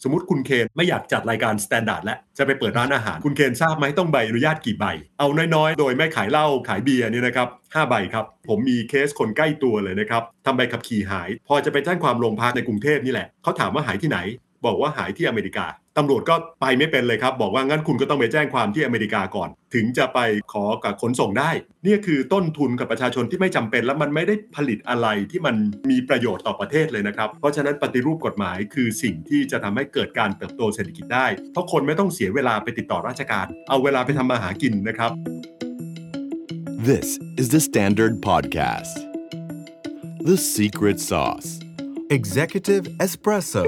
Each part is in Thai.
สมมุติคุณเคนไม่อยากจัดรายการสแตนดาร์ดและจะไปเปิดร้านอาหารคุณเคนทราบไหมต้องใบอนุญาตกี่ใบเอาน้อยๆโดยไม่ขายเหล้าขายเบียร์นี่นะครับ5ใบครับผมมีเคสคนใกล้ตัวเลยนะครับทำใบขับขี่หายพอจะไปแจ้งความโรงพักในกรุงเทพนี่แหละเขาถามว่าหายที่ไหนบอกว่าหายที่อเมริกาตำรวจก็ไปไม่เป็นเลยครับบอกว่างั้นคุณก็ต้องไปแจ้งความที่อเมริกาก่อนถึงจะไปขอกับขนส่งได้นี่คือต้นทุนกับประชาชนที่ไม่จำเป็นและมันไม่ได้ผลิตอะไรที่มันมีประโยชน์ต่อประเทศเลยนะครับเพราะฉะนั้นปฏิรูปกฎหมายคือสิ่งที่จะทำให้เกิดการเติบโตเศรษฐกิจได้เพราะคนไม่ต้องเสียเวลาไปติดต่อราชการเอาเวลาไปทำมาหากินนะครับ This is the Standard Podcast The Secret Sauce Executive Espresso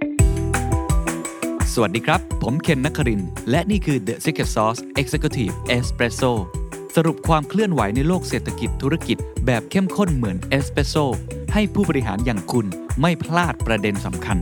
สวัสดีครับผมเคนนครินทร์และนี่คือ The Secret Sauce Executive Espresso สรุปความเคลื่อนไหวในโลกเศรษฐกิจธุรกิจแบบเข้มข้นเหมือนเอสเปรสโซ่ให้ผู้บริหารอย่างคุณไม่พลาดประเด็นสำคัญ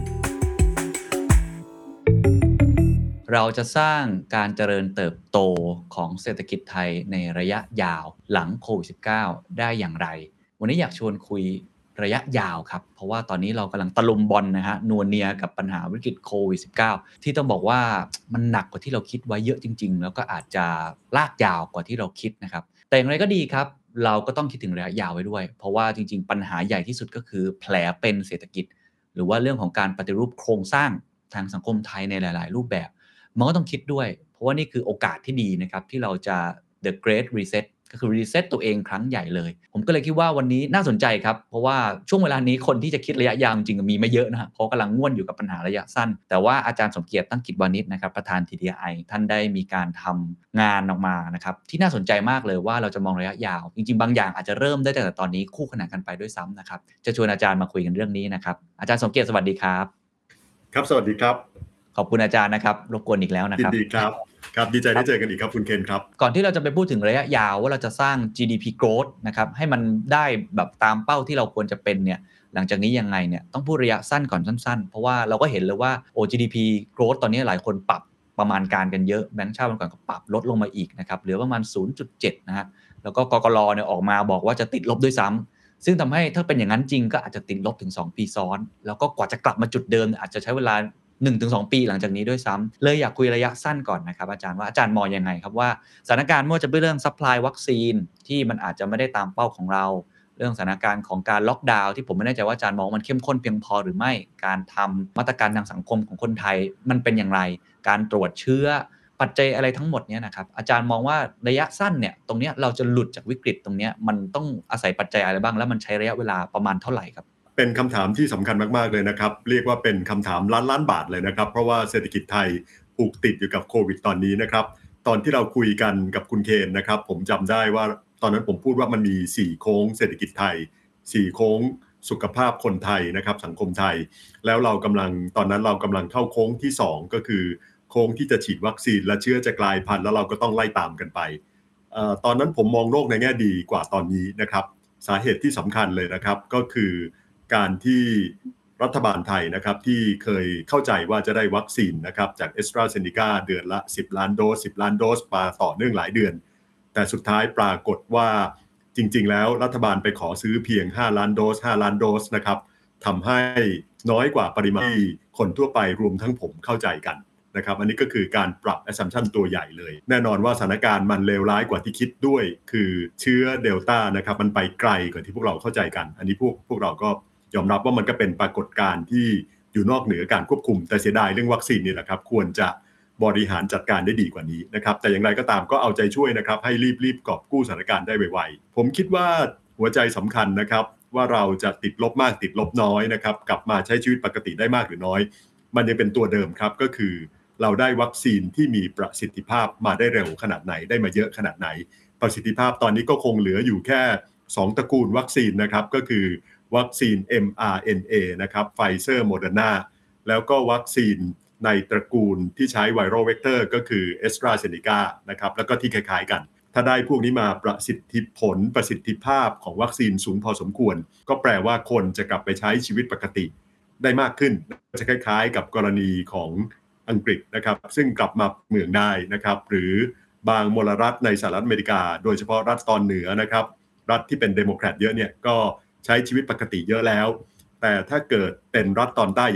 เราจะสร้างการเจริญเติบโตของเศรษฐกิจไทยในระยะยาวหลังโควิด -19 ได้อย่างไรวันนี้อยากชวนคุยระยะยาวครับเพราะว่าตอนนี้เรากำลังตะลุมบอลนะฮะนัวเนียกับปัญหาวิกฤตโควิด -19 ที่ต้องบอกว่ามันหนักกว่าที่เราคิดไว้เยอะจริงๆแล้วก็อาจจะลากยาวกว่าที่เราคิดนะครับแต่อย่างไรก็ดีครับเราก็ต้องคิดถึงระยะยาวไว้ด้วยเพราะว่าจริงๆปัญหาใหญ่ที่สุดก็คือแผลเป็นเศรษฐกิจหรือว่าเรื่องของการปฏิรูปโครงสร้างทางสังคมไทยในหลายๆรูปแบบมันก็ต้องคิดด้วยเพราะว่านี่คือโอกาสที่ดีนะครับที่เราจะ The Great Reset ก็คือ reset ตัวเองครั้งใหญ่เลยผมก็เลยคิดว่าวันนี้น่าสนใจครับเพราะว่าช่วงเวลานี้คนที่จะคิดระยะยาวจริงๆมีไม่เยอะนะฮะเพราะกำลังง่วนอยู่กับปัญหาระยะสั้นแต่ว่าอาจารย์สมเกียรติตั้งกิจวานิชนะครับประธาน TDI ท่านได้มีการทำงานออกมานะครับที่น่าสนใจมากเลยว่าเราจะมองระยะยาวจริงๆบางอย่างอาจจะเริ่มได้แต่ตอนนี้คู่ขนานกันไปด้วยซ้ำนะครับจะชวนอาจารย์มาคุยกันเรื่องนี้นะครับอาจารย์สมเกียรติสวัสดีครับครับสวัสดีครับขอบคุณอาจารย์นะครับรบกวนอีกแล้วนะครับยินดีครับครับดีใจได้เจอกันอีกครับคุณเคนครับก่อนที่เราจะไปพูดถึงระยะยาวว่าเราจะสร้าง GDP growth นะครับให้มันได้แบบตามเป้าที่เราควรจะเป็นเนี่ยหลังจากนี้ยังไงเนี่ยต้องพูดระยะสั้นก่อนสั้นๆเพราะว่าเราก็เห็นเลยว่าGDP growth ตอนนี้หลายคนปรับประมาณการกันเยอะแบงก์ชาติวันก่อนก็ปรับลดลงมาอีกนะครับเหลือประมาณ 0.7 นะฮะแล้วก็กกร.เนี่ยออกมาบอกว่าจะติดลบด้วยซ้ำซึ่งทำให้ถ้าเป็นอย่างนั้นจริงก็อาจจะติดลบถึง2ปีซ้อนแล้วก็กว่าจะกลับมาจุดเดิมอาจจะใช้เวลา1-2 ปีหลังจากนี้ด้วยซ้ำเลยอยากคุยระยะสั้นก่อนนะครับอาจารย์ว่าอาจารย์มองยังไงครับว่าสถานการณ์ไม่ว่าจะเป็นเรื่องซัพพลายวัคซีนที่มันอาจจะไม่ได้ตามเป้าของเราเรื่องสถานการณ์ของการล็อกดาวน์ที่ผมไม่แน่ใจว่าอาจารย์มองมันเข้มข้นเพียงพอหรือไม่การทำมาตรการทางสังคมของคนไทยมันเป็นอย่างไรการตรวจเชื้อปัจจัยอะไรทั้งหมดเนี่ยนะครับอาจารย์มองว่าระยะสั้นเนี่ยตรงนี้เราจะหลุดจากวิกฤตตรงนี้มันต้องอาศัยปัจจัยอะไรบ้างแล้วมันใช้ระยะเวลาประมาณเท่าไหร่ครับเป็นคำถามที่สำคัญมากๆเลยนะครับเรียกว่าเป็นคำถามล้านบาทเลยนะครับเพราะว่าเศรษฐกิจไทยผูกติดอยู่กับโควิดตอนนี้นะครับตอนที่เราคุยกันกับคุณเคนนะครับผมจำได้ว่าตอนนั้นผมพูดว่ามันมี4โค้งเศรษฐกิจไทย4โค้งสุขภาพคนไทยนะครับสังคมไทยแล้วตอนนั้นเรากำลังเข้าโค้งที่2ก็คือโค้งที่จะฉีดวัคซีนและเชื้อจะกลายพันธุ์แล้วเราก็ต้องไล่ตามกันไปตอนนั้นผมมองโลกในแง่ดีกว่าตอนนี้นะครับสาเหตุที่สำคัญเลยนะครับก็คือการที่รัฐบาลไทยนะครับที่เคยเข้าใจว่าจะได้วัคซีนนะครับจาก AstraZeneca เดือนละ10 ล้านโดส10 ล้านโดสมาต่อเนื่องหลายเดือนแต่สุดท้ายปรากฏว่าจริงๆแล้วรัฐบาลไปขอซื้อเพียง5 ล้านโดสนะครับทำให้น้อยกว่าปริมาณที่คนทั่วไปรวมทั้งผมเข้าใจกันนะครับอันนี้ก็คือการปรับ assumption ตัวใหญ่เลยแน่นอนว่าสถานการณ์มันเลวร้ายกว่าที่คิดด้วยคือเชื้อเดลต้านะครับมันไปไกลกว่าที่พวกเราเข้าใจกันอันนี้พวกเราก็ยอมรับว่ามันก็เป็นปรากฏการณ์ที่อยู่นอกเหนือการควบคุมแต่เสียดายเรื่องวัคซีนนี่แหละครับควรจะบริหารจัดการได้ดีกว่านี้นะครับแต่อย่างไรก็ตามก็เอาใจช่วยนะครับให้รีบกอบกู้สถานการณ์ได้ไวๆผมคิดว่าหัวใจสำคัญนะครับว่าเราจะติดลบมากติดลบน้อยนะครับกลับมาใช้ชีวิตปกติได้มากหรือน้อยมันยังเป็นตัวเดิมครับก็คือเราได้วัคซีนที่มีประสิทธิภาพมาได้เร็วขนาดไหนได้มาเยอะขนาดไหนประสิทธิภาพตอนนี้ก็คงเหลืออยู่แค่2ตระกูลวัคซีนนะครับก็คือวัคซีน mRNA นะครับ Pfizer Moderna แล้วก็วัคซีนในตระกูลที่ใช้ Viral Vector ก็คือ AstraZeneca นะครับแล้วก็ที่คล้ายๆกันถ้าได้พวกนี้มาประสิทธิภาพของวัคซีนสูงพอสมควรก็แปลว่าคนจะกลับไปใช้ชีวิตปกติได้มากขึ้นจะคล้ายๆกับกรณีของอังกฤษนะครับซึ่งกลับมาเมืองได้นะครับหรือบางมลรัฐในสหรัฐอเมริกาโดยเฉพาะรัฐตอนเหนือนะครับรัฐที่เป็นเดโมแครตเยอะเนี่ยก็ใช้ชีวิตปกติเยอะแล้วแต่ถ้าเกิดเป็นรัฐตอนใต้อย่าง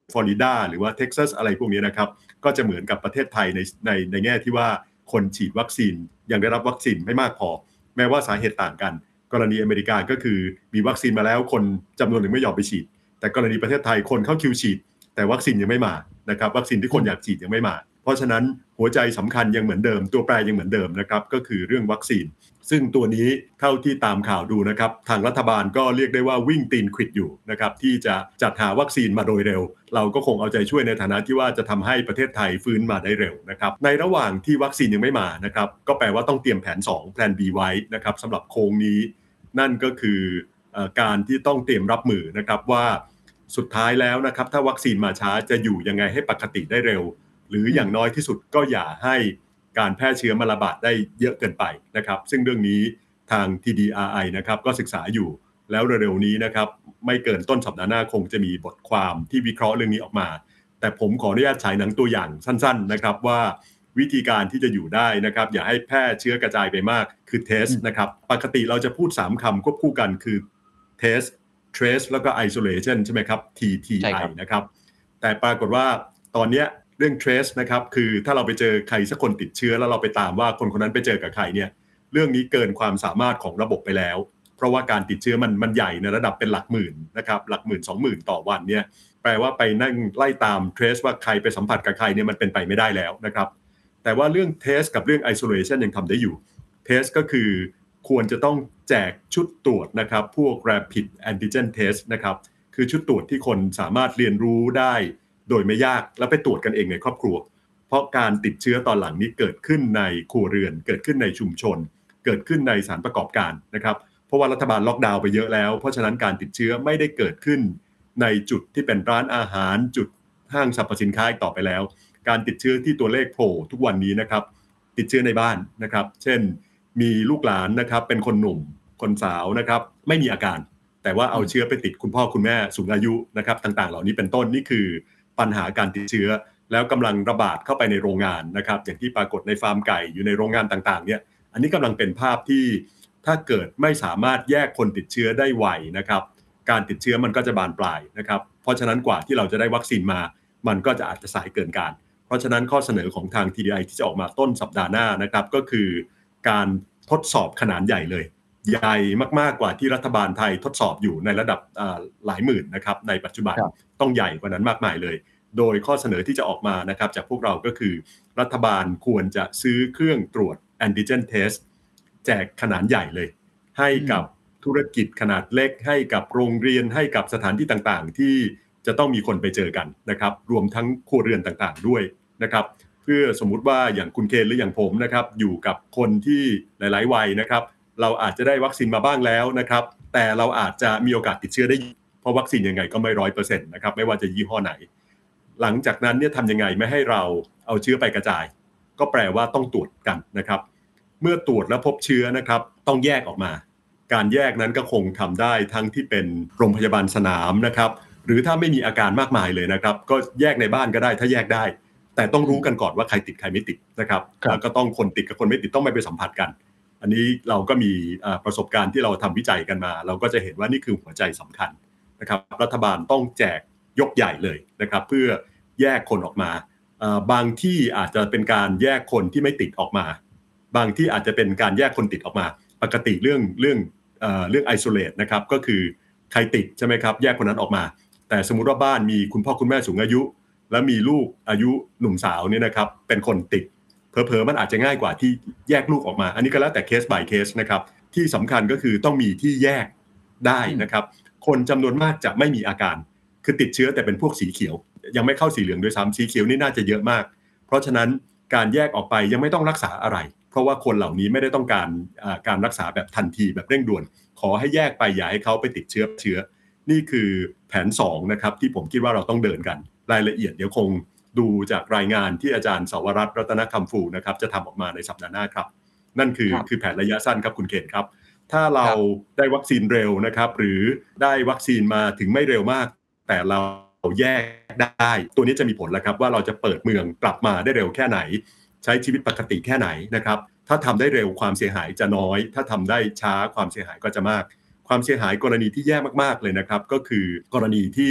ฟลอริดาหรือว่าเท็กซัสอะไรพวกนี้นะครับก็จะเหมือนกับประเทศไทยในแง่ที่ว่าคนฉีดวัคซีนยังได้รับวัคซีนไม่มากพอแม้ว่าสาเหตุต่างกันกรณีอเมริกาก็คือมีวัคซีนมาแล้วคนจำนวนหนึ่งไม่ยอมไปฉีดแต่กรณีประเทศไทยคนเข้าคิวฉีดแต่วัคซีนยังไม่มานะครับวัคซีนที่คนอยากฉีดยังไม่มาเพราะฉะนั้นหัวใจสำคัญยังเหมือนเดิมตัวแปรยังเหมือนเดิมนะครับก็คือเรื่องวัคซีนซึ่งตัวนี้เท่าที่ตามข่าวดูนะครับทางรัฐบาลก็เรียกได้ว่าวิ่งตีนขวิดอยู่นะครับที่จะจัดหาวัคซีนมาโดยเร็วเราก็คงเอาใจช่วยในฐานะที่ว่าจะทำให้ประเทศไทยฟื้นมาได้เร็วนะครับในระหว่างที่วัคซีนยังไม่มานะครับก็แปลว่าต้องเตรียมแผน2แผน B ไว้นะครับสำหรับโค้งนี้นั่นก็คือการที่ต้องเตรียมรับมือนะครับว่าสุดท้ายแล้วนะครับถ้าวัคซีนมาช้าจะอยู่ยังไงให้ปกติได้เร็วหรืออย่างน้อยที่สุดก็อย่าให้การแพร่เชื้อมาระบาดได้เยอะเกินไปนะครับซึ่งเรื่องนี้ทาง TDRI นะครับก็ศึกษาอยู่แล้วเร็วๆนี้นะครับไม่เกินต้นสัปดาห์หน้าคงจะมีบทความที่วิเคราะห์เรื่องนี้ออกมาแต่ผมขออนุญาตฉายหนังตัวอย่างสั้นๆนะครับว่าวิธีการที่จะอยู่ได้นะครับอย่าให้แพร่เชื้อกระจายไปมากคือ test นะครับปกติเราจะพูด3คำควบคู่กันคือ test trace แล้วก็ isolation ใช่ไหมครับ TTI นะครับแต่ปรากฏว่าตอนนี้เรื่อง trace นะครับคือถ้าเราไปเจอใครสักคนติดเชื้อแล้วเราไปตามว่าคนคนนั้นไปเจอกับใครเนี่ยเรื่องนี้เกินความสามารถของระบบไปแล้วเพราะว่าการติดเชื้อมันใหญ่ในระดับเป็นหลักหมื่นนะครับหลักหมื่น 20,000 ต่อวันเนี่ยแปลว่าไปนั่งไล่ตาม trace ว่าใครไปสัมผัสกับใครเนี่ยมันเป็นไปไม่ได้แล้วนะครับแต่ว่าเรื่อง test กับเรื่อง isolation ยังทำได้อยู่ test ก็คือควรจะต้องแจกชุดตรวจนะครับพวก rapid antigen test นะครับคือชุดตรวจที่คนสามารถเรียนรู้ได้โดยไม่ยากแล้วไปตรวจกันเองในครอบครัวเพราะการติดเชื้อตอนหลังนี้เกิดขึ้นในครัวเรือนเกิดขึ้นในชุมชนเกิดขึ้นในสถานประกอบการนะครับเพราะว่ารัฐบาลล็อกดาวน์ไปเยอะแล้วเพราะฉะนั้นการติดเชื้อไม่ได้เกิดขึ้นในจุดที่เป็นร้านอาหารจุดห้างสรรพสินค้าอีกต่อไปแล้วการติดเชื้อที่ตัวเลขโผล่ทุกวันนี้นะครับติดเชื้อในบ้านนะครับเช่นมีลูกหลานนะครับเป็นคนหนุ่มคนสาวนะครับไม่มีอาการแต่ว่าเอาเชื้อไปติดคุณพ่อคุณแม่สูงอายุนะครับต่างๆเหล่านี้เป็นต้นนี่คือปัญหาการติดเชื้อแล้วกำลังระบาดเข้าไปในโรงงานนะครับอย่างที่ปรากฏในฟาร์มไก่อยู่ในโรงงานต่างๆเนี่ยอันนี้กำลังเป็นภาพที่ถ้าเกิดไม่สามารถแยกคนติดเชื้อได้ไวนะครับการติดเชื้อมันก็จะบานปลายนะครับเพราะฉะนั้นกว่าที่เราจะได้วัคซีนมามันก็จะอาจจะสายเกินการเพราะฉะนั้นข้อเสนอของทาง TDI ที่จะออกมาต้นสัปดาห์หน้านะครับก็คือการทดสอบขนาดใหญ่เลยใหญ่มากๆกว่าที่รัฐบาลไทยทดสอบอยู่ในระดับหลายหมื่นนะครับในปัจจุบันต้องใหญ่กว่านั้นมากมายเลยโดยข้อเสนอที่จะออกมานะครับจากพวกเราก็คือรัฐบาลควรจะซื้อเครื่องตรวจแอนติเจนเทสแจกขนาดใหญ่เลยให้กับธุรกิจขนาดเล็กให้กับโรงเรียนให้กับสถานที่ต่างๆที่จะต้องมีคนไปเจอกันนะครับรวมทั้งครัวเรือนต่างๆด้วยนะครับเพื่อสมมุติว่าอย่างคุณเคนหรืออย่างผมนะครับอยู่กับคนที่หลายๆวัยนะครับเราอาจจะได้วัคซีนมาบ้างแล้วนะครับแต่เราอาจจะมีโอกาสติดเชื้อได้เพราะวัคซีนยังไงก็ไม่ 100% นะครับไม่ว่าจะยี่ห้อไหนหลังจากนั้นเนี่ยทำยังไงไม่ให้เราเอาเชื้อไปกระจายก็แปลว่าต้องตรวจกันนะครับเมื่อตรวจแล้วพบเชื้อนะครับต้องแยกออกมาการแยกนั้นก็คงทำได้ทั้งที่เป็นโรงพยาบาลสนามนะครับหรือถ้าไม่มีอาการมากมายเลยนะครับก็แยกในบ้านก็ได้ถ้าแยกได้แต่ต้องรู้กันก่อนว่าใครติดใครไม่ติดนะครับแล้วก็ต้องคนติดกับคนไม่ติดต้องไม่ไปสัมผัสกันอันนี้เราก็มีประสบการณ์ที่เราทำวิจัยกันมาเราก็จะเห็นว่านี่คือหัวใจสำคัญนะครับรัฐบาลต้องแจกยกใหญ่เลยนะครับเพื่อแยกคนออกมาบางที่อาจจะเป็นการแยกคนที่ไม่ติดออกมาบางที่อาจจะเป็นการแยกคนติดออกมาปกติเรื่อง isolate นะครับก็คือใครติดใช่ไหมครับแยกคนนั้นออกมาแต่สมมุติว่าบ้านมีคุณพ่อคุณแม่สูงอายุและมีลูกอายุหนุ่มสาวเนี่ยนะครับเป็นคนติดเผลอๆมันอาจจะง่ายกว่าที่แยกลูกออกมาอันนี้ก็แล้วแต่เคส by เคสนะครับที่สำคัญก็คือต้องมีที่แยกได้นะครับคนจำนวนมากจะไม่มีอาการคือติดเชื้อแต่เป็นพวกสีเขียวยังไม่เข้าสีเหลืองด้วยซ้ำสีเขียวนี่น่าจะเยอะมากเพราะฉะนั้นการแยกออกไปยังไม่ต้องรักษาอะไรเพราะว่าคนเหล่านี้ไม่ได้ต้องการรักษาแบบทันทีแบบเร่งด่วนขอให้แยกไปอย่าให้เขาไปติดเชื้อนี่คือแผน2นะครับที่ผมคิดว่าเราต้องเดินกันรายละเอียดเดี๋ยวคงดูจากรายงานที่อาจารย์สวรัตน์รัตนคำฟูนะครับจะทำออกมาในสัปดาห์หน้าครับนั่นคือแผนระยะสั้นครับคุณเคนครับถ้าเราได้วัคซีนเร็วนะครับหรือได้วัคซีนมาถึงไม่เร็วมากแต่เราแยกได้ตัวนี้จะมีผลแล้วครับว่าเราจะเปิดเมืองกลับมาได้เร็วแค่ไหนใช้ชีวิตปกติแค่ไหนนะครับถ้าทำได้เร็วความเสียหายจะน้อยถ้าทำได้ช้าความเสียหายก็จะมากความเสียหายกรณีที่แย่มากๆเลยนะครับก็คือกรณีที่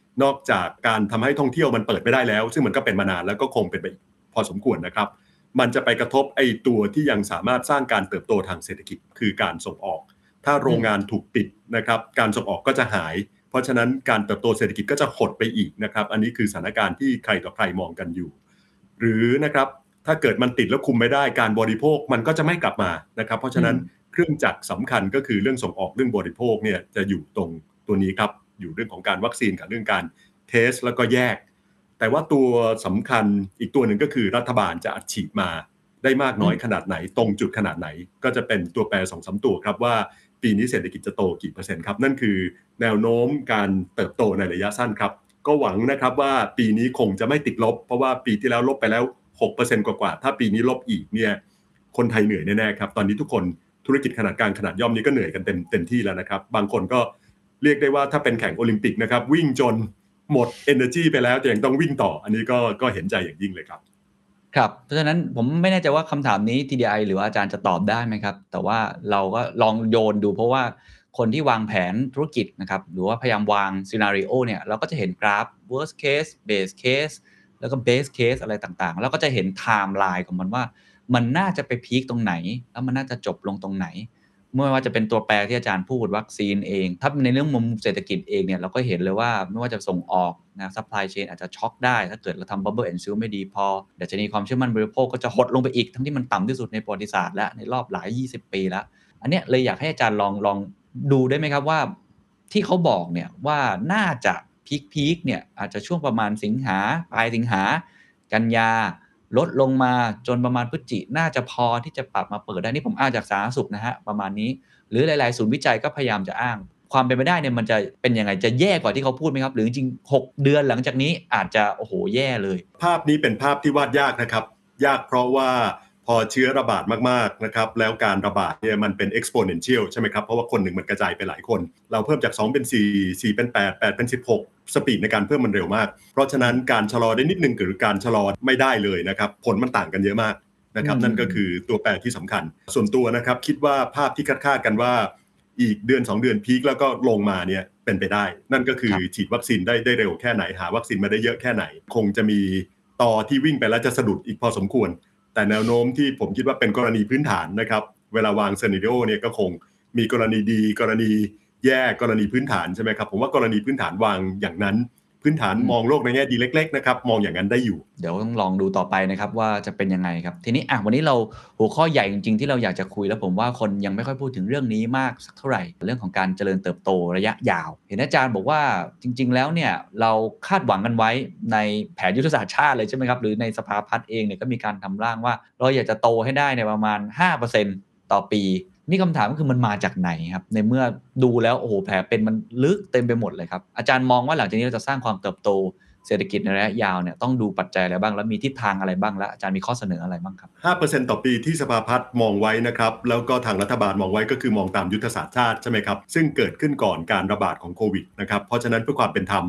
นอกจากการทำให้ท่องเที่ยวมันเปิดไม่ได้แล้วซึ่งมันก็เป็นมานานแล้วก็คงเป็นไปพอสมควรนะครับมันจะไปกระทบไอ้ตัวที่ยังสามารถสร้างการเติบโตทางเศรษฐกิจคือการส่งออกถ้าโรงงานถูกปิดนะครับการส่งออกก็จะหายเพราะฉะนั้นการเติบโตเศรษฐกิจก็จะหดไปอีกนะครับอันนี้คือสถานการณ์ที่ใครต่อใครมองกันอยู่หรือนะครับถ้าเกิดมันติดแล้วคุมไม่ได้การบริโภคมันก็จะไม่กลับมานะครับเพราะฉะนั้นเครื่องจักรสำคัญก็คือเรื่องส่งออกเรื่องบริโภคเนี่ยจะอยู่ตรงตัวนี้ครับอยู่เรื่องของการวัคซีนกับเรื่องการเทสแล้วก็แยกแต่ว่าตัวสำคัญอีกตัวหนึ่งก็คือรัฐบาลจะอัดฉีดมาได้มากน้อยขนาดไหนตรงจุดขนาดไหนก็จะเป็นตัวแปร 2-3 ตัวครับว่าปีนี้เศรษฐกิจจะโตกี่เปอร์เซ็นต์ครับนั่นคือแนวโน้มการเติบโตในระยะสั้นครับก็หวังนะครับว่าปีนี้คงจะไม่ติดลบเพราะว่าปีที่แล้วลบไปแล้ว 6% กว่าๆถ้าปีนี้ลบอีกเนี่ยคนไทยเหนื่อยแน่ๆครับตอนนี้ทุกคนธุรกิจขนาดกลางขนาดย่อมนี้ก็เหนื่อยกันเต็มที่แล้วนะครับบางคนก็เรียกได้ว่าถ้าเป็นแข่งโอลิมปิกนะครับวิ่งจนหมด energy ไปแล้วแต่ยังต้องวิ่งต่ออันนี้ก็เห็นใจอย่างยิ่งเลยครับครับเพราะฉะนั้นผมไม่แน่ใจว่าคำถามนี้ TDI หรือว่าอาจารย์จะตอบได้ไหมครับแต่ว่าเราก็ลองโยนดูเพราะว่าคนที่วางแผนธุรกิจนะครับหรือว่าพยายามวาง scenario เนี่ยเราก็จะเห็นกราฟ worst case base case แล้วก็ base case อะไรต่างๆแล้วก็จะเห็น timeline ของมันว่ามันน่าจะไปพีคตรงไหนแล้วมันน่าจะจบลงตรงไหนไม่ว่าจะเป็นตัวแปรที่อาจารย์พูดวัคซีนเองถ้าในเรื่องมุมเศรษฐกิจเองเนี่ยเราก็เห็นเลยว่าไม่ว่าจะส่งออกนะ supply chain อาจจะช็อกได้ถ้าเกิดเราทำ bubble and seal ไม่ดีพอดัชนีความเชื่อมั่นบริโภคก็จะหดลงไปอีกทั้งที่มันต่ำที่สุดในประวัติศาสตร์และในรอบหลาย20ปีแล้วอันเนี้ยเลยอยากให้อาจารย์ลองดูได้ไหมครับว่าที่เขาบอกเนี่ยว่าน่าจะพีคเนี่ยอาจจะช่วงประมาณสิงหาปลายสิงหากันยาลดลงมาจนประมาณพฤศจิน่าจะพอที่จะปรับมาเปิดได้นี่ผมอ้างจากสาธารณสุขนะฮะประมาณนี้หรือหลายๆศูนย์วิจัยก็พยายามจะอ้างความเป็นไปได้เนี่ยมันจะเป็นยังไงจะแย่กว่าที่เขาพูดไหมครับหรือจริงๆ6 เดือนหลังจากนี้อาจจะโอ้โหแย่เลยภาพนี้เป็นภาพที่วาดยากนะครับยากเพราะว่าพอเชื้อระบาดมากๆนะครับแล้วการระบาดเนี่ยมันเป็น exponential ใช่ไหมครับเพราะว่าคนหนึ่งมันกระจายไปหลายคนเราเพิ่มจาก2เป็น4 4เป็น8 8เป็น16สปีดในการเพิ่มมันเร็วมากเพราะฉะนั้นการชะลอได้นิดนึงหรือการชะลอไม่ได้เลยนะครับผลมันต่างกันเยอะมากนะครับนั่นก็คือตัวแปรที่สำคัญส่วนตัวนะครับคิดว่าภาพที่คาดกันว่าอีกเดือน2 เดือนพีคแล้วก็ลงมาเนี่ยเป็นไปได้นั่นก็คือฉีดวัคซีนได้เร็วแค่ไหนหาวัคซีนมาได้เยอะแค่ไหนคงจะมีต่อที่วิ่งไปแล้วจะสะดุดอีกพอสมควรแต่แนวโน้มที่ผมคิดว่าเป็นกรณีพื้นฐานนะครับเวลาวางซีนาริโอเนี่ยก็คงมีกรณีดีกรณีแย่กรณีพื้นฐานใช่ไหมครับผมว่ากรณีพื้นฐานวางอย่างนั้นพื้นฐานมองโลกในแง่ดีเล็กๆนะครับมองอย่างนั้นได้อยู่เดี๋ยวต้องลองดูต่อไปนะครับว่าจะเป็นยังไงครับทีนี้วันนี้เราหัวข้อใหญ่จริงๆที่เราอยากจะคุยแล้วผมว่าคนยังไม่ค่อยพูดถึงเรื่องนี้มากสักเท่าไหร่เรื่องของการเจริญเติบโตระยะยาวเห็นอาจารย์บอกว่าจริงๆแล้วเนี่ยเราคาดหวังกันไว้ในแผนยุทธศาสตร์ชาติเลยใช่ไหมครับหรือในสภาพัฒน์เองเนี่ยก็มีการทำร่างว่าเราอยากจะโตให้ได้ในประมาณ 5% ต่อปีนี่คำถามก็คือมันมาจากไหนครับในเมื่อดูแล้วโอ้โหแผลเป็นมันลึกเต็มไปหมดเลยครับอาจารย์มองว่าหลังจากนี้เราจะสร้างความเติบโตเศรษฐกิจในระยะยาวเนี่ยต้องดูปัจจัยอะไรบ้างแล้วมีทิศทางอะไรบ้างและอาจารย์มีข้อเสนออะไรบ้างครับ 5% ต่อปีที่สภาพัฒน์มองไว้นะครับแล้วก็ทางรัฐบาลมองไว้ก็คือมองตามยุทธศาสตร์ชาติใช่ไหมครับซึ่งเกิดขึ้นก่อนการระบาดของโควิดนะครับเพราะฉะนั้นเพื่อความเป็นธรรม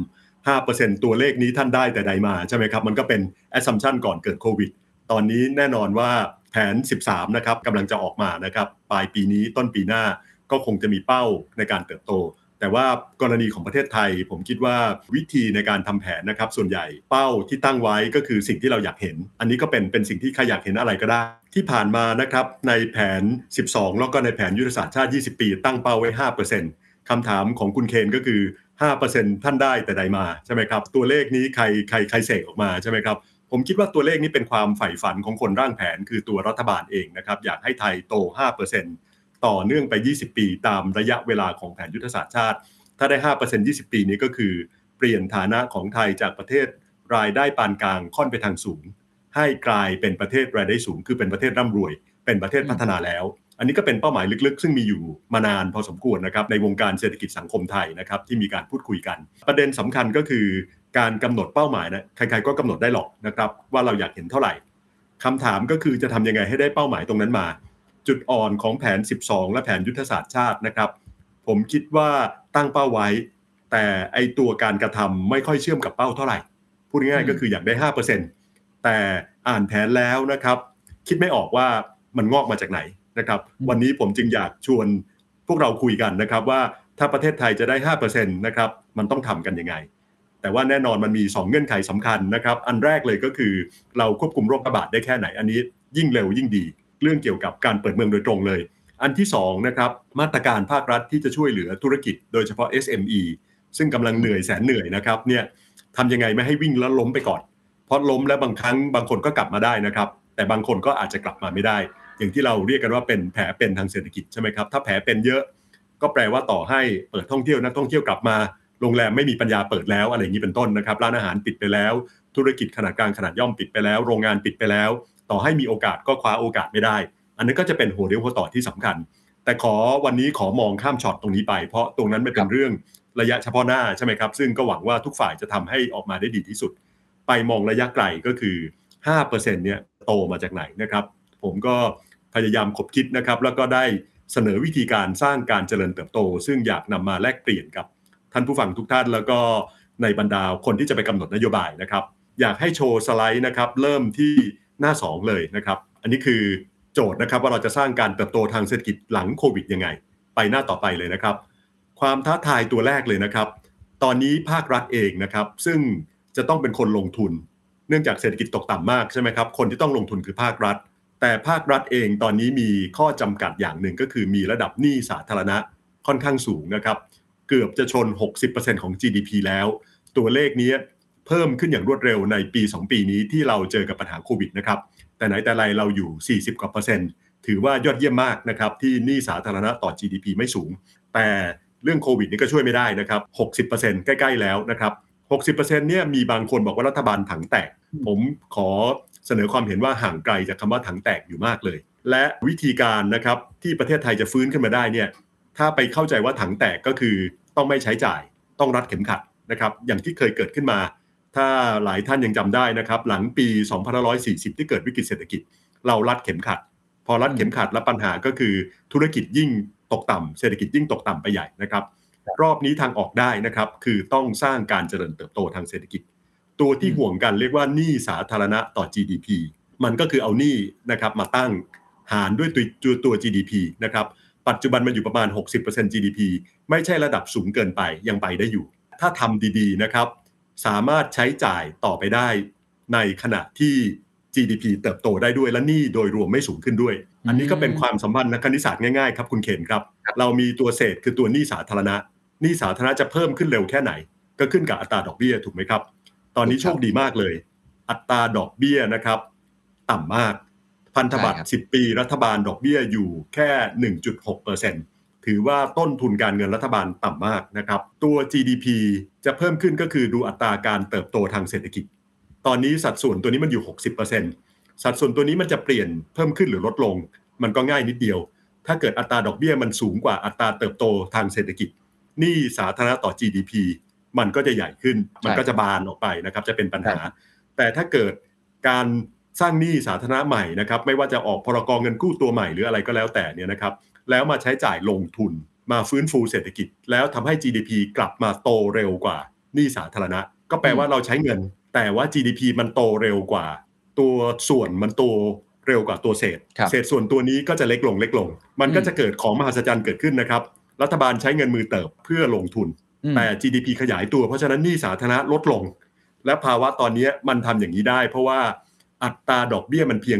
5% ตัวเลขนี้ท่านได้แต่ใดมาใช่ไหมครับมันก็เป็น assumption ก่อนเกิดโควิดตอนนี้แน่นอนว่าแผน13นะครับกำลังจะออกมานะครับปลายปีนี้ต้นปีหน้าก็คงจะมีเป้าในการเติบโตแต่ว่ากรณีของประเทศไทยผมคิดว่าวิธีในการทำแผนนะครับส่วนใหญ่เป้าที่ตั้งไว้ก็คือสิ่งที่เราอยากเห็นอันนี้ก็เป็นสิ่งที่ใครอยากเห็นอะไรก็ได้ที่ผ่านมานะครับในแผน12แล้วก็ในแผนยุทธศาสตร์ชาติ20ปีตั้งเป้าไว้ 5% คำถามของคุณเคนก็คือ 5% ท่านได้แต่ใดมาใช่ไหมครับตัวเลขนี้ใครเสกออกมาใช่ไหมครับผมคิดว่าตัวเลขนี้เป็นความใฝ่ฝันของคนร่างแผนคือตัวรัฐบาลเองนะครับอยากให้ไทยโต 5%ต่อเนื่องไป20ปีตามระยะเวลาของแผนยุทธศาสตร์ชาติถ้าได้ 5% 20 ปีนี้ก็คือเปลี่ยนฐานะของไทยจากประเทศรายได้ปานกลางค่อนไปทางสูงให้กลายเป็นประเทศรายได้สูงคือเป็นประเทศร่ำรวยเป็นประเทศพัฒนาแล้วอันนี้ก็เป็นเป้าหมายลึกๆซึ่งมีอยู่มานานพอสมควรนะครับในวงการเศรษฐกิจสังคมไทยนะครับที่มีการพูดคุยกันประเด็นสำคัญก็คือการกำหนดเป้าหมายนะใครๆก็กำหนดได้หรอกนะครับว่าเราอยากเห็นเท่าไหร่คำถามก็คือจะทำยังไงให้ได้เป้าหมายตรงนั้นมาจุดอ่อนของแผน12และแผนยุทธศาสตร์ชาตินะครับผมคิดว่าตั้งเป้าไว้แต่ไอตัวการกระทำไม่ค่อยเชื่อมกับเป้าเท่าไหร่พูดง่ายๆก็คืออยากได้ 5% แต่อ่านแผนแล้วนะครับคิดไม่ออกว่ามันงอกมาจากไหนนะครับวันนี้ผมจึงอยากชวนพวกเราคุยกันนะครับว่าถ้าประเทศไทยจะได้ 5% นะครับมันต้องทำกันยังไงแต่ว่าแน่นอนมันมี2เงื่อนไขสำคัญนะครับอันแรกเลยก็คือเราควบคุมโรคระบาดได้แค่ไหนอันนี้ยิ่งเร็วยิ่งดีเรื่องเกี่ยวกับการเปิดเมืองโดยตรงเลยอันที่2นะครับมาตรการภาครัฐที่จะช่วยเหลือธุรกิจโดยเฉพาะ SME ซึ่งกำลังเหนื่อยแสนเหนื่อยนะครับเนี่ยทำยังไงไม่ให้วิ่งแล้วล้มไปก่อนเพราะล้มแล้วบางครั้งบางคนก็กลับมาได้นะครับแต่บางคนก็อาจจะกลับมาไม่ได้อย่างที่เราเรียกกันว่าเป็นแผลเป็นทางเศรษฐกิจใช่ไหมครับถ้าแผลเป็นเยอะก็แปลว่าต่อให้เปิดท่องเที่ยวนักท่องเที่ยวกลับมาโรงแรมไม่มีปัญญาเปิดแล้วอะไรอย่างนี้เป็นต้นนะครับร้านอาหารปิดไปแล้วธุรกิจขนาดกลางขนาดย่อมปิดไปแล้วโรงงานปิดไปแล้วต่อให้มีโอกาสก็คว้าโอกาสไม่ได้อันนั้นก็จะเป็นหัวเรี่ยวหัวต่อที่สำคัญแต่วันนี้ขอมองข้ามช็อตตรงนี้ไปเพราะตรงนั้นมันเป็นเรื่องระยะเฉพาะหน้าใช่ไหมครับซึ่งก็หวังว่าทุกฝ่ายจะทำให้ออกมาได้ดีที่สุดไปมองระยะไกลก็คือ 5% เนี่ยโตมาจากไหนนะครับผมก็พยายามคบคิดนะครับแล้วก็ได้เสนอวิธีการสร้างการเจริญเติบโตซึ่งอยากนำมาแลกเปลี่ยนกับท่านผู้ฟังทุกท่านแล้วก็ในบรรดาคนที่จะไปกำหนดนโยบายนะครับอยากให้โชว์สไลด์นะครับเริ่มที่หน้า2เลยนะครับอันนี้คือโจทย์นะครับว่าเราจะสร้างการเติบโตทางเศรษฐกิจหลังโควิดยังไงไปหน้าต่อไปเลยนะครับความท้าทายตัวแรกเลยนะครับตอนนี้ภาครัฐเองนะครับซึ่งจะต้องเป็นคนลงทุนเนื่องจากเศรษฐกิจตกต่ำมากใช่ไหมครับคนที่ต้องลงทุนคือภาครัฐแต่ภาครัฐเองตอนนี้มีข้อจำกัดอย่างหนึ่งก็คือมีระดับหนี้สาธารณะค่อนข้างสูงนะครับเกือบจะชน 60% ของ GDP แล้วตัวเลขนี้เพิ่มขึ้นอย่างรวดเร็วในปี2ปีนี้ที่เราเจอกับปัญหาโควิดนะครับแต่ไหนแต่ไรเราอยู่40กว่าเปอร์เซ็นต์ถือว่ายอดเยี่ยมมากนะครับที่หนี้สาธารณะต่อ GDP ไม่สูงแต่เรื่องโควิดนี่ก็ช่วยไม่ได้นะครับ 60% ใกล้ๆแล้วนะครับ 60% เนี่ยมีบางคนบอกว่ารัฐบาลถังแตกผมขอเสนอความเห็นว่าห่างไกลจากคำว่าถังแตกอยู่มากเลยและวิธีการนะครับที่ประเทศไทยจะฟื้นขึ้นมาได้เนี่ยถ้าไปเข้าใจว่าถังแตกก็คือต้องไม่ใช้จ่ายต้องรัดเข็มขัดนะครับอย่างที่เคยเกิดขึ้นมาถ้าหลายท่านยังจำได้นะครับหลังปี2540ที่เกิดวิกฤตเศรษฐกิจเรารัดเข็มขัดพอรัดเข็มขัดแล้วปัญหาก็คือธุรกิจยิ่งตกต่ำเศรษฐกิจยิ่งตกต่ำไปใหญ่นะครับรอบนี้ทางออกได้นะครับคือต้องสร้างการเจริญเติบโตทางเศรษฐกิจตัวที่ห่วงกันเรียกว่าหนี้สาธารณะต่อ GDP มันก็คือเอาหนี้นะครับมาตั้งหารด้วยตัว GDP นะครับปัจจุบันมันอยู่ประมาณ 60% GDP ไม่ใช่ระดับสูงเกินไปยังไปได้อยู่ถ้าทำดีๆนะครับสามารถใช้จ่ายต่อไปได้ในขณะที่ GDP เติบโตได้ด้วยและหนี้โดยรวมไม่สูงขึ้นด้วยอันนี้ก็เป็นความสัมพันธ์คณิตศาสตร์ง่ายๆครับคุณเคนครับเรามีตัวเศษคือตัวหนี้สาธารณะหนี้สาธารณะจะเพิ่มขึ้นเร็วแค่ไหนก็ขึ้นกับอัตราดอกเบี้ยถูกไหมครับตอนนี้โชคดีมากเลยอัตราดอกเบี้ยนะครับต่ำมากพันธบัตร10ปีรัฐบาลดอกเบี้ยอยู่แค่ 1.6% ถือว่าต้นทุนการเงินรัฐบาลต่ำมากนะครับตัว GDP จะเพิ่มขึ้นก็คือดูอัตราการเติบโตทางเศรษฐกิจตอนนี้สัดส่วนตัวนี้มันอยู่ 60% สัดส่วนตัวนี้มันจะเปลี่ยนเพิ่มขึ้นหรือลดลงมันก็ง่ายนิดเดียวถ้าเกิดอัตราดอกเบี้ยมันสูงกว่าอัตราเติบโตทางเศรษฐกิจหนี้สาธารณะต่อ GDP มันก็จะใหญ่ขึ้นมันก็จะบานออกไปนะครับจะเป็นปัญหาแต่ถ้าเกิดการสร้างหนี้สาธารณะใหม่นะครับไม่ว่าจะออกพรก.เงินกู้ตัวใหม่หรืออะไรก็แล้วแต่เนี่ยนะครับแล้วมาใช้จ่ายลงทุนมาฟื้นฟูเศรษฐกิจแล้วทำให้ GDP กลับมาโตเร็วกว่าหนี้สาธารณะก็แปลว่าเราใช้เงินแต่ว่า GDP มันโตเร็วกว่าตัวส่วนมันโตเร็วกว่าตัวเศษส่วนตัวนี้ก็จะเล็กลงมันก็จะเกิดของมหัศจรรย์เกิดขึ้นนะครับรัฐบาลใช้เงินมือเติบเพื่อลงทุนแต่ GDP ขยายตัวเพราะฉะนั้นหนี้สาธารณะลดลงและภาวะตอนนี้มันทำอย่างนี้ได้เพราะว่าอัตราดอกเบี้ยมันเพียง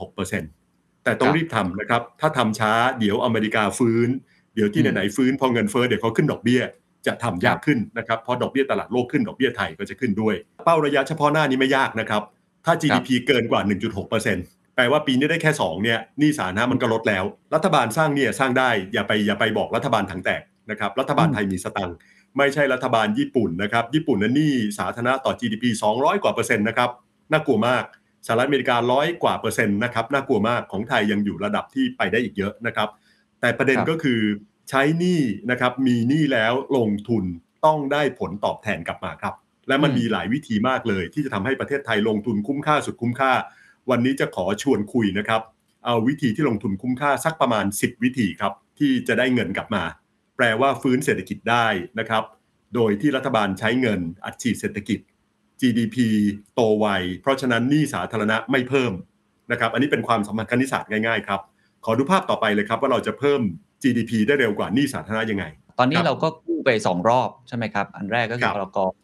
1.6% แต่ต้องรีบทำนะครับถ้าทำช้าเดี๋ยวอเมริกาฟื้นเดี๋ยวที่ไหนๆฟื้นพอเงินเฟ้อเดี๋ยวเขาขึ้นดอกเบี้ยจะทำยากขึ้นนะครับเพราะดอกเบี้ยตลาดโลกขึ้นดอกเบี้ยไทยก็จะขึ้นด้วยเป้าระยะเฉพาะหน้านี้ไม่ยากนะครับถ้า GDP เกินกว่า 1.6% แปลว่าปีนี้ได้แค่2เนี่ยหนี้สาธารณะมันก็ลดแล้วรัฐบาลสร้างเนี่ยสร้างได้อย่าไปบอกรัฐบาลถังแตกนะครับรัฐบาลไทยมีสตังค์ไม่ใช่รัฐบาลญี่ปุ่นนะครับญี่ปุ่นนั้นหนี้สาธารณะต่อ GDP 200 กว่าเปอร์เซ็นต์นะครับน่ากลัวมากสหรัฐอเมริกา100 กว่าเปอร์เซ็นต์นะครับน่ากลัวมากของไทยยังอยู่ระดับที่ไปได้อีกเยอะนะครับแต่ประเด็นก็คือใช้หนี้นะครับมีหนี้แล้วลงทุนต้องได้ผลตอบแทนกลับมาครับและมันมีหลายวิธีมากเลยที่จะทำให้ประเทศไทยลงทุนคุ้มค่าสุดคุ้มค่าวันนี้จะขอชวนคุยนะครับเอาวิธีที่ลงทุนคุ้มค่าสักประมาณ10วิธีครับที่จะได้เงินกลับมาแปลว่าฟื้นเศรษฐกิจได้นะครับโดยที่รัฐบาลใช้เงินอัดฉีดเศรษฐกิจ GDP โตไวเพราะฉะนั้นหนี้สาธารณะไม่เพิ่มนะครับอันนี้เป็นความสัมพันธ์คณิตศาสตร์ง่ายๆครับขอดูภาพต่อไปเลยครับว่าเราจะเพิ่ม GDP ได้เร็วกว่าหนี้สาธารณะยังไงตอนนี้เราก็กู้ไป2รอบใช่ไหมครับอันแรกก็คือพรก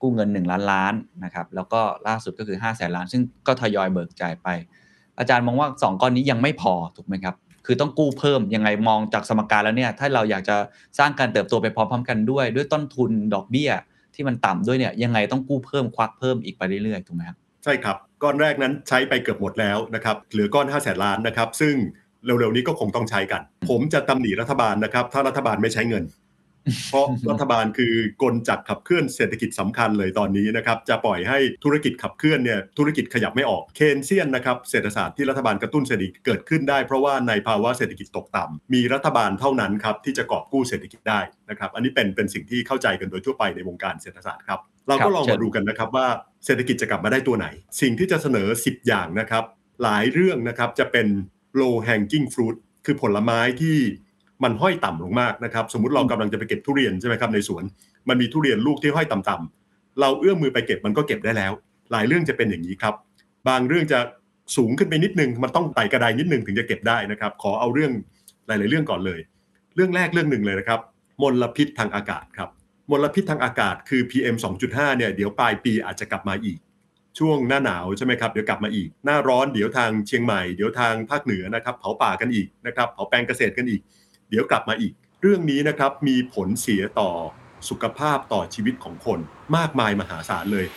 กู้เงิน1ล้านล้านนะครับแล้วก็ล่าสุดก็คือ500,000 ล้านซึ่งก็ทยอยเบิกจ่ายไปอาจารย์มองว่า2ก้อนนี้ยังไม่พอถูกไหมครับคือต้องกู้เพิ่มยังไงมองจากสมการแล้วเนี่ยถ้าเราอยากจะสร้างการเติบโตไปพร้อมๆกันด้วยต้นทุนดอกเบี้ยที่มันต่ำด้วยเนี่ยยังไงต้องกู้เพิ่มควักเพิ่มอีกไปเรื่อยๆถูกไหมครับใช่ครับก้อนแรกนั้นใช้ไปเกือบหมดแล้วนะครับเหลือก้อน500,000 ล้านนะครับซึ่งเร็วๆนี้ก็คงต้องใช้กันผมจะตำหนิรัฐบาลนะครับถ้ารัฐบาลไม่ใช้เงินเพราะรัฐบาลคือกลจักรขับเคลื่อนเศรษฐกิจสำคัญเลยตอนนี้นะครับจะปล่อยให้ธุรกิจขับเคลื่อนเนี่ยธุรกิจขยับไม่ออกเคนเซียนนะครับเศรษฐศาสตร์ที่รัฐบาลกระตุ้นเศรษฐกิจเกิดขึ้นได้เพราะว่าในภาวะเศรษฐกิจตกต่ำมีรัฐบาลเท่านั้นครับที่จะกอบกู้เศรษฐกิจได้นะครับอันนี้เป็นสิ่งที่เข้าใจกันโดยทั่วไปในวงการเศรษฐศาสตร์ครับเราก็ลองมาดูกันนะครับว่าเศรษฐกิจจะกลับมาได้ตัวไหนสิ่งที่จะเสนอ10อย่างนะครับหลายเรื่องนะครับจะเป็น low hanging fruit คือผลไม้ที่มันห้อยต่ำลงมากนะครับสมมุติเรากำลังจะไปเก็บทุเรียนใช่ไหมครับในสวนมันมีทุเรียนลูกที่ห้อยต่ำๆเราเอื้อมมือไปเก็บมันก็เก็บได้แล้วหลายเรื่องจะเป็นอย่างนี้ครับบางเรื่องจะสูงขึ้นไปนิดนึงมันต้องไต่กระไดนิดนึงถึงจะเก็บได้นะครับขอเอาเรื่องหลายๆเรื่องก่อนเลยเรื่องแรกเรื่องนึงเลยนะครับมลพิษทางอากาศครับมลพิษทางอากาศคือ PM 2.5 เนี่ยเดี๋ยวปลายปีอาจจะกลับมาอีกช่วงหน้าหนาวใช่ไหมครับเดี๋ยวกลับมาอีกหน้าร้อนเดี๋ยวทางเชียงใหม่เดี๋ยวทางภาคเหนือนะครับเผาป่ากันอีกนะครับเผาแปลงเกษตรกันอีกเดี๋ยวกลับมาอีกเรื่องนี้นะครับมีผลเสียต่อสุขภาพต่อชีวิตของคนมากมายมหาศาลเลย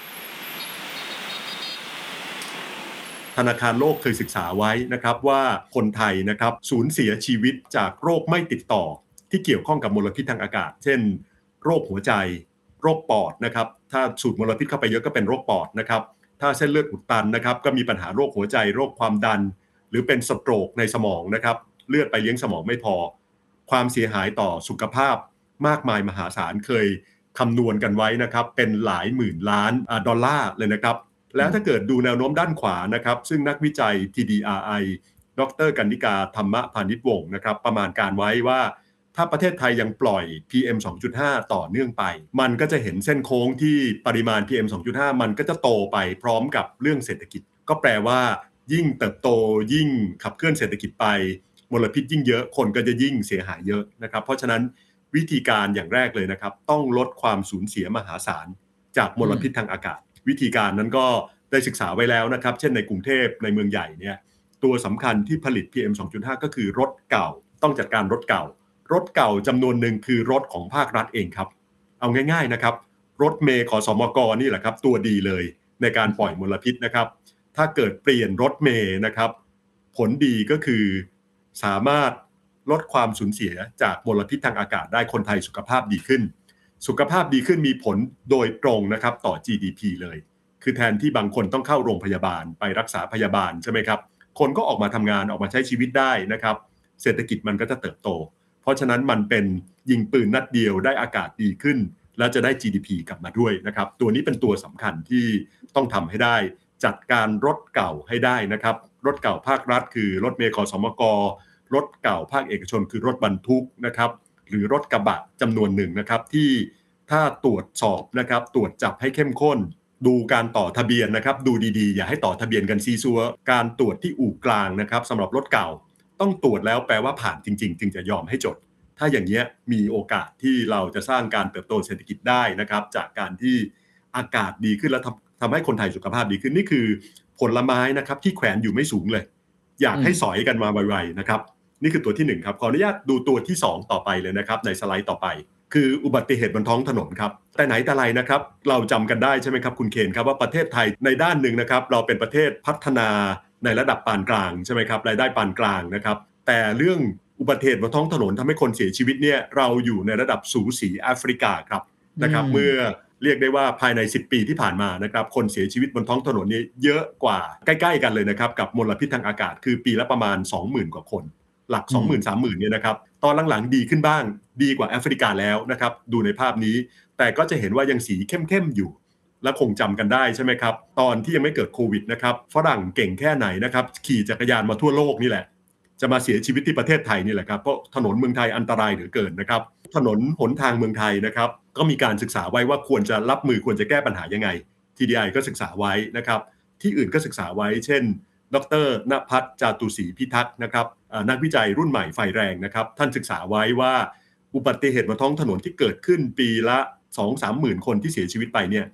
ธนาคารโลกเคยศึกษาไว้นะครับว่าคนไทยนะครับสูญเสียชีวิตจากโรคไม่ติดต่อที่เกี่ยวข้องกับมลพิษทางอากาศเช่นโรคหัวใจโรคปอดนะครับถ้าสูดมลพิษเข้าไปเยอะก็เป็นโรคปอดนะครับถ้าเส้นเลือดอุดตันนะครับก็มีปัญหาโรคหัวใจโรคความดันหรือเป็นสโตรกในสมองนะครับเลือดไปเลี้ยงสมองไม่พอความเสียหายต่อสุขภาพมากมายมหาศาลเคยคำนวณกันไว้นะครับเป็นหลายหมื่นล้านดอลลาร์เลยนะครับแล้วถ้าเกิดดูแนวโน้มด้านขวานะครับซึ่งนักวิจัย TDRI ดร.กนิกาธรรมพานิชวงศ์นะครับประมาณการไว้ว่าถ้าประเทศไทยยังปล่อย PM 2.5 ต่อเนื่องไปมันก็จะเห็นเส้นโค้งที่ปริมาณ PM 2.5 มันก็จะโตไปพร้อมกับเรื่องเศรษฐกิจก็แปลว่ายิ่งเติบโตยิ่งขับเคลื่อนเศรษฐกิจไปมลพิษยิ่งเยอะคนก็จะยิ่งเสียหายเยอะนะครับเพราะฉะนั้นวิธีการอย่างแรกเลยนะครับต้องลดความสูญเสียมหาศาลจากมลพิษทางอากาศวิธีการนั้นก็ได้ศึกษาไว้แล้วนะครับเช่นในกรุงเทพในเมืองใหญ่เนี่ยตัวสำคัญที่ผลิต PM 2.5 ก็คือรถเก่าต้องจัดการรถเก่าจำนวนหนึ่งคือรถของภาครัฐเองครับเอาง่ายๆนะครับรถเมล์ขสมกนี่แหละครับตัวดีเลยในการปล่อยมลพิษนะครับถ้าเกิดเปลี่ยนรถเมล์นะครับผลดีก็คือสามารถลดความสูญเสียจากมลพิษทางอากาศได้คนไทยสุขภาพดีขึ้นมีผลโดยตรงนะครับต่อ GDP เลยคือแทนที่บางคนต้องเข้าโรงพยาบาลไปรักษาพยาบาลใช่ไหมครับคนก็ออกมาทำงานออกมาใช้ชีวิตได้นะครับเศรษฐกิจมันก็จะเติบโตเพราะฉะนั้นมันเป็นยิงปืนนัดเดียวได้อากาศดีขึ้นและจะได้ GDP กลับมาด้วยนะครับตัวนี้เป็นตัวสำคัญที่ต้องทำให้ได้จัดการรถเก่าให้ได้นะครับรถเก่าภาครัฐคือรถเมล์ขสมกรถเก่าภาคเอกชนคือรถบรรทุกนะครับหรือรถกระบะจำนวนหนึ่งนะครับที่ถ้าตรวจสอบนะครับตรวจจับให้เข้มข้นดูการต่อทะเบียนนะครับดูดีๆอย่าให้ต่อทะเบียนกันซีซัวการตรวจที่อู่กลางนะครับสำหรับรถเก่าต้องตรวจแล้วแปลว่าผ่านจริงๆจึงจะยอมให้จดถ้าอย่างนี้มีโอกาสที่เราจะสร้างการเติบโตเศรษฐกิจได้นะครับจากการที่อากาศดีขึ้นและทำให้คนไทยสุขภาพดีขึ้นนี่คือผลไม้นะครับที่แขวนอยู่ไม่สูงเลยอยากให้สอยกันมาไวๆนะครับนี่คือตัวที่1ครับขออนุญาตดูตัวที่2ต่อไปเลยนะครับในสไลด์ต่อไปคืออุบัติเหตุบนท้องถนนครับแต่ไหนแต่ไรนะครับเราจำกันได้ใช่ไหมครับคุณเคนครับว่าประเทศไทยในด้านหนึ่งนะครับเราเป็นประเทศพัฒนาในระดับปานกลางใช่ไหมครับรายได้ปานกลางนะครับแต่เรื่องอุบัติเหตุบนท้องถนนทำให้คนเสียชีวิตเนี่ยเราอยู่ในระดับสูสีแอฟริกาครับนะครับเมื่อเรียกได้ว่าภายใน10ปีที่ผ่านมานะครับคนเสียชีวิตบนท้องถนนนี้เยอะกว่าใกล้ๆกันเลยนะครับกับมลพิษทางอากาศคือปีละประมาณ 20,000 กว่าคนหลัก 20,000-30,000 เนี่ยนะครับตอนหลังๆดีขึ้นบ้างดีกว่าแอฟริกาแล้วนะครับดูในภาพนี้แต่ก็จะเห็นว่ายังสีเข้มๆอยู่และคงจำกันได้ใช่ไหมครับตอนที่ยังไม่เกิดโควิดนะครับฝรั่งเก่งแค่ไหนนะครับขี่จักรยานมาทั่วโลกนี่แหละจะมาเสียชีวิตที่ประเทศไทยนี่แหละครับเพราะถนนเมืองไทยอันตรายเหลือเกินนะครับถนนหนทางเมืองไทยนะครับก็มีการศึกษาไว้ว่าควรจะรับมือควรจะแก้ปัญหายังไง TDI ก็ศึกษาไว้นะครับที่อื่นก็ศึกษาไว้เช่นดร.ณภัทร จาตุศรีพิทักษ์นะครับนักวิจัยรุ่นใหม่ไฟแรงนะครับท่านศึกษาไว้ว่าอุบัติเหตุบนท้องถนนที่เกิดขึ้นปีละ 2-3 หมื่นคนที่เสียชีวิตไปเนี่ย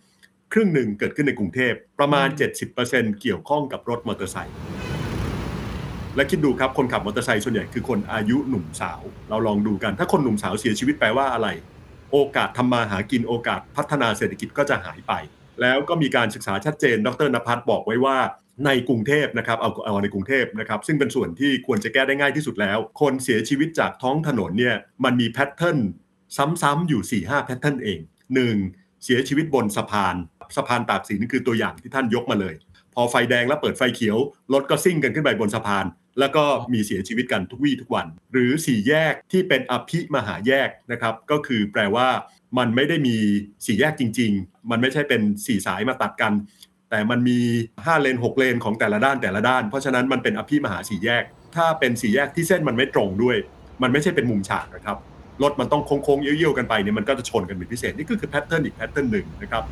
ครึ่งหนึ่งเกิดขึ้นในกรุงเทพประมาณ 70% เกี่ยวข้องกับรถมอเตอร์ไซค์และคิดดูครับคนขับมอเตอร์ไซค์ส่วนใหญ่คือคนอายุหนุ่มสาวเราลองดูกันถ้าคนหนุ่มสาวเสียชีวิตแปลว่าอะไรโอกาสทำมาหากินโอกาสพัฒนาเศรษฐกิจก็จะหายไปแล้วก็มีการศึกษาชัดเจนดร.ณภัทรบอกไว้ว่าในกรุงเทพนะครับเอาในกรุงเทพนะครับซึ่งเป็นส่วนที่ควรจะแก้ได้ง่ายที่สุดแล้วคนเสียชีวิตจากท้องถนนเนี่ยมันมีแพทเทิร์นซ้ำๆอยู่ 4-5 แพทเทิร์นเอง1เสียชีวิตบนสะพานตากสินคือตัวอย่างที่ท่านยกมาเลยพอไฟแดงแล้วเปิดไฟเขียวรถก็ซิ่งกันขึ้นไปบนสะพานแล้วก็มีเสียชีวิตกันทุกวี่ทุกวันหรือ4แยกที่เป็นอภิมหาแยกนะครับก็คือแปลว่ามันไม่ได้มี4แยกจริงๆมันไม่ใช่เป็น4สายมาตัดกันแต่มันมี5เลน6เลนของแต่ละด้านเพราะฉะนั้นมันเป็นอภิมหา4แยกถ้าเป็น4แยกที่เส้นมันไม่ตรงด้วยมันไม่ใช่เป็นมุมฉากนะครับรถมันต้องโค้งๆเยี่ยวๆกันไปเนี่ยมันก็จะชนกันเป็นพิเศษนี่ก็คือแพทเทิร์นอีกแพทเทิร์นหนึ่งนะครับ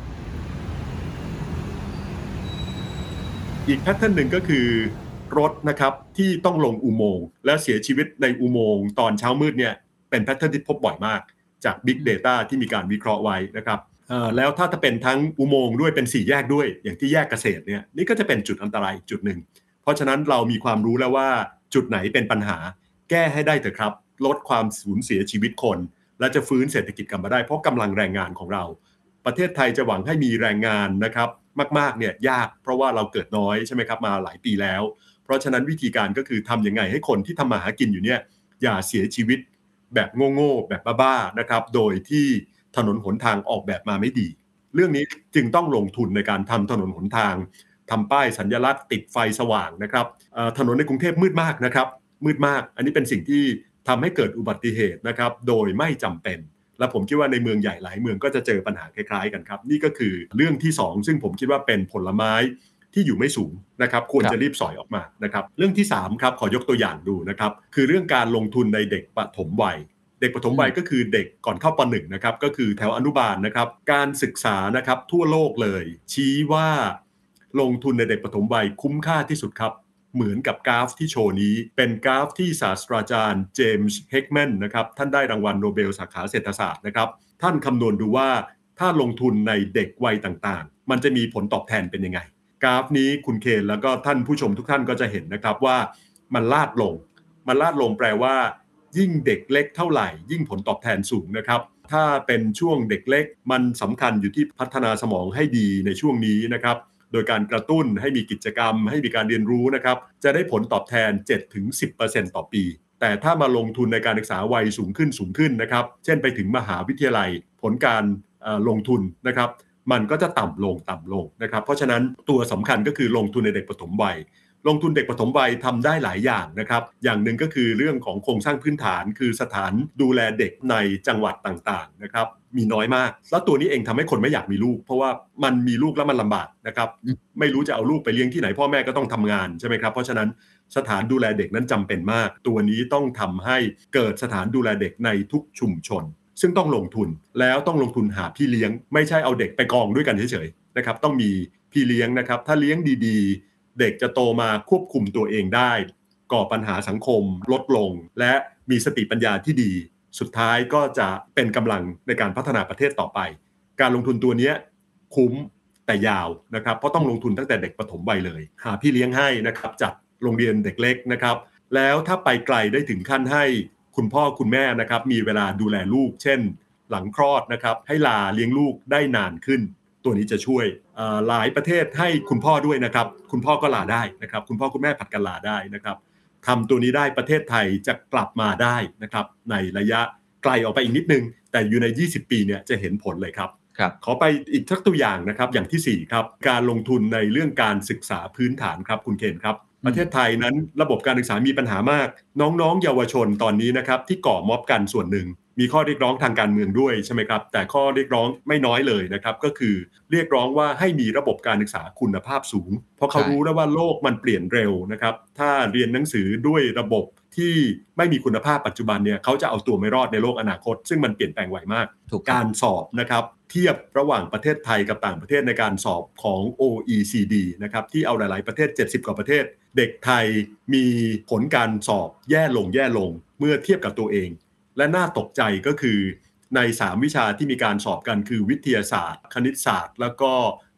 อีกแพทเทิร์นหนึ่งก็คือรถนะครับที่ต้องลงอุโมงค์และเสียชีวิตในอุโมงค์ตอนเช้ามืดเนี่ยเป็นแพทเทิร์นที่พบบ่อยมากจาก Big Data ที่มีการวิเคราะห์ไว้นะครับแล้วถ้าเป็นทั้งอุโมงค์ด้วยเป็น4แยกด้วยอย่างที่แยกเกษตรเนี่ยนี่ก็จะเป็นจุดอันตรายจุดหนึ่งเพราะฉะนั้นเรามีความรู้แล้วว่าจุดไหนเป็นปัญหาแก้ให้ได้เถอะครับลดความสูญเสียชีวิตคนและจะฟื้นเศรษฐกิจกลับมาได้เพราะกำลังแรงงานของเราประเทศไทยจะหวังให้มีแรงงานนะครับมากๆเนี่ยยากเพราะว่าเราเกิดน้อยใช่ไหมครับมาหลายปีแล้วเพราะฉะนั้นวิธีการก็คือทำยังไงให้คนที่ทำมาหากินอยู่เนี่ยอย่าเสียชีวิตแบบโง่ๆแบบบ้าๆนะครับโดยที่ถนนหนทางออกแบบมาไม่ดีเรื่องนี้จึงต้องลงทุนในการทำถนนหนทางทำป้ายสัญลักษณ์ติดไฟสว่างนะครับถนนในกรุงเทพมืดมากนะครับมืดมากอันนี้เป็นสิ่งที่ทำให้เกิดอุบัติเหตุนะครับโดยไม่จำเป็นและผมคิดว่าในเมืองใหญ่หลายเมืองก็จะเจอปัญหาคล้ายๆกันครับนี่ก็คือเรื่องที่2ซึ่งผมคิดว่าเป็นผลไม้ที่อยู่ไม่สูงนะครับควรจะรีบสอยออกมานะครับเรื่องที่3ครับขอยกตัวอย่างดูนะครับคือเรื่องการลงทุนในเด็กปฐมวัยเด็กปฐมวัยก็คือเด็กก่อนเข้าป .1 นะครับก็คือแถวอนุบาลนะครับการศึกษานะครับทั่วโลกเลยชี้ว่าลงทุนในเด็กปฐมวัยคุ้มค่าที่สุดครับเหมือนกับกราฟที่โชว์นี้เป็นกราฟที่ศาสตราจารย์เจมส์เฮกแมนนะครับท่านได้รางวัลโนเบลสาขาเศรษฐศาสตร์นะครับท่านคำนวณดูว่าถ้าลงทุนในเด็กวัยต่างๆมันจะมีผลตอบแทนเป็นยังไงกราฟนี้คุณเคนแล้วก็ท่านผู้ชมทุกท่านก็จะเห็นนะครับว่ามันลาดลงแปลว่ายิ่งเด็กเล็กเท่าไหร่ยิ่งผลตอบแทนสูงนะครับถ้าเป็นช่วงเด็กเล็กมันสำคัญอยู่ที่พัฒนาสมองให้ดีในช่วงนี้นะครับโดยการกระตุ้นให้มีกิจกรรมให้มีการเรียนรู้นะครับจะได้ผลตอบแทน 7-10% ต่อปีแต่ถ้ามาลงทุนในการศึกษาวัยสูงขึ้นนะครับเช่นไปถึงมหาวิทยาลัยผลการลงทุนนะครับมันก็จะต่ำลงนะครับเพราะฉะนั้นตัวสำคัญก็คือลงทุนในเด็กปฐมวัยลงทุนเด็กปฐมวัยทำได้หลายอย่างนะครับอย่างหนึ่งก็คือเรื่องของโครงสร้างพื้นฐานคือสถานดูแลเด็กในจังหวัดต่างๆนะครับมีน้อยมากแล้วตัวนี้เองทำให้คนไม่อยากมีลูกเพราะว่ามันมีลูกแล้วมันลำบากนะครับไม่รู้จะเอาลูกไปเลี้ยงที่ไหนพ่อแม่ก็ต้องทำงานใช่ไหมครับเพราะฉะนั้นสถานดูแลเด็กนั้นจำเป็นมากตัวนี้ต้องทำให้เกิดสถานดูแลเด็กในทุกชุมชนซึ่งต้องลงทุนแล้วต้องลงทุนหาพี่เลี้ยงไม่ใช่เอาเด็กไปกองด้วยกันเฉยๆนะครับต้องมีพี่เลี้ยงนะครับถ้าเลี้ยงดีๆเด็กจะโตมาควบคุมตัวเองได้ก่อปัญหาสังคมลดลงและมีสติปัญญาที่ดีสุดท้ายก็จะเป็นกำลังในการพัฒนาประเทศต่อไปการลงทุนตัวนี้คุ้มแต่ยาวนะครับเพราะต้องลงทุนตั้งแต่เด็กปฐมวัยเลยหาพี่เลี้ยงให้นะครับจัดโรงเรียนเด็กเล็กนะครับแล้วถ้าไปไกลได้ถึงขั้นให้คุณพ่อคุณแม่นะครับมีเวลาดูแลลูกเช่นหลังคลอดนะครับให้ลาเลี้ยงลูกได้นานขึ้นตัวนี้จะช่วยหลายประเทศให้คุณพ่อด้วยนะครับคุณพ่อก็ลาได้นะครับคุณพ่อคุณแม่ผัดกันลาได้นะครับทำตัวนี้ได้ประเทศไทยจะกลับมาได้นะครับในระยะไกลออกไปอีกนิดนึงแต่อยู่ใน20ปีเนี่ยจะเห็นผลเลยครับขอไปอีกสักตัวอย่างนะครับอย่างที่4ครับการลงทุนในเรื่องการศึกษาพื้นฐานครับคุณเคนครับประเทศไทยนั้นระบบการศึกษามีปัญหามากน้องๆเยาวชนตอนนี้นะครับที่ก่อม็อบกันส่วนหนึ่งมีข้อเรียกร้องทางการเมืองด้วยใช่ไหมครับแต่ข้อเรียกร้องไม่น้อยเลยนะครับก็คือเรียกร้องว่าให้มีระบบการศึกษาคุณภาพสูงเพราะเขารู้แล้วว่าโลกมันเปลี่ยนเร็วนะครับถ้าเรียนหนังสือด้วยระบบที่ไม่มีคุณภาพปัจจุบันเนี่ยเขาจะเอาตัวไม่รอดในโลกอนาคตซึ่งมันเปลี่ยนแปลงไวมากการสอบนะครับเทียบระหว่างประเทศไทยกับต่างประเทศในการสอบของ OECD นะครับที่เอาหลายๆประเทศ70กว่าประเทศเด็กไทยมีผลการสอบแย่ลงเมื่อเทียบกับตัวเองและน่าตกใจก็คือใน3วิชาที่มีการสอบกันคือวิทยาศาสตร์คณิตศาสตร์แล้วก็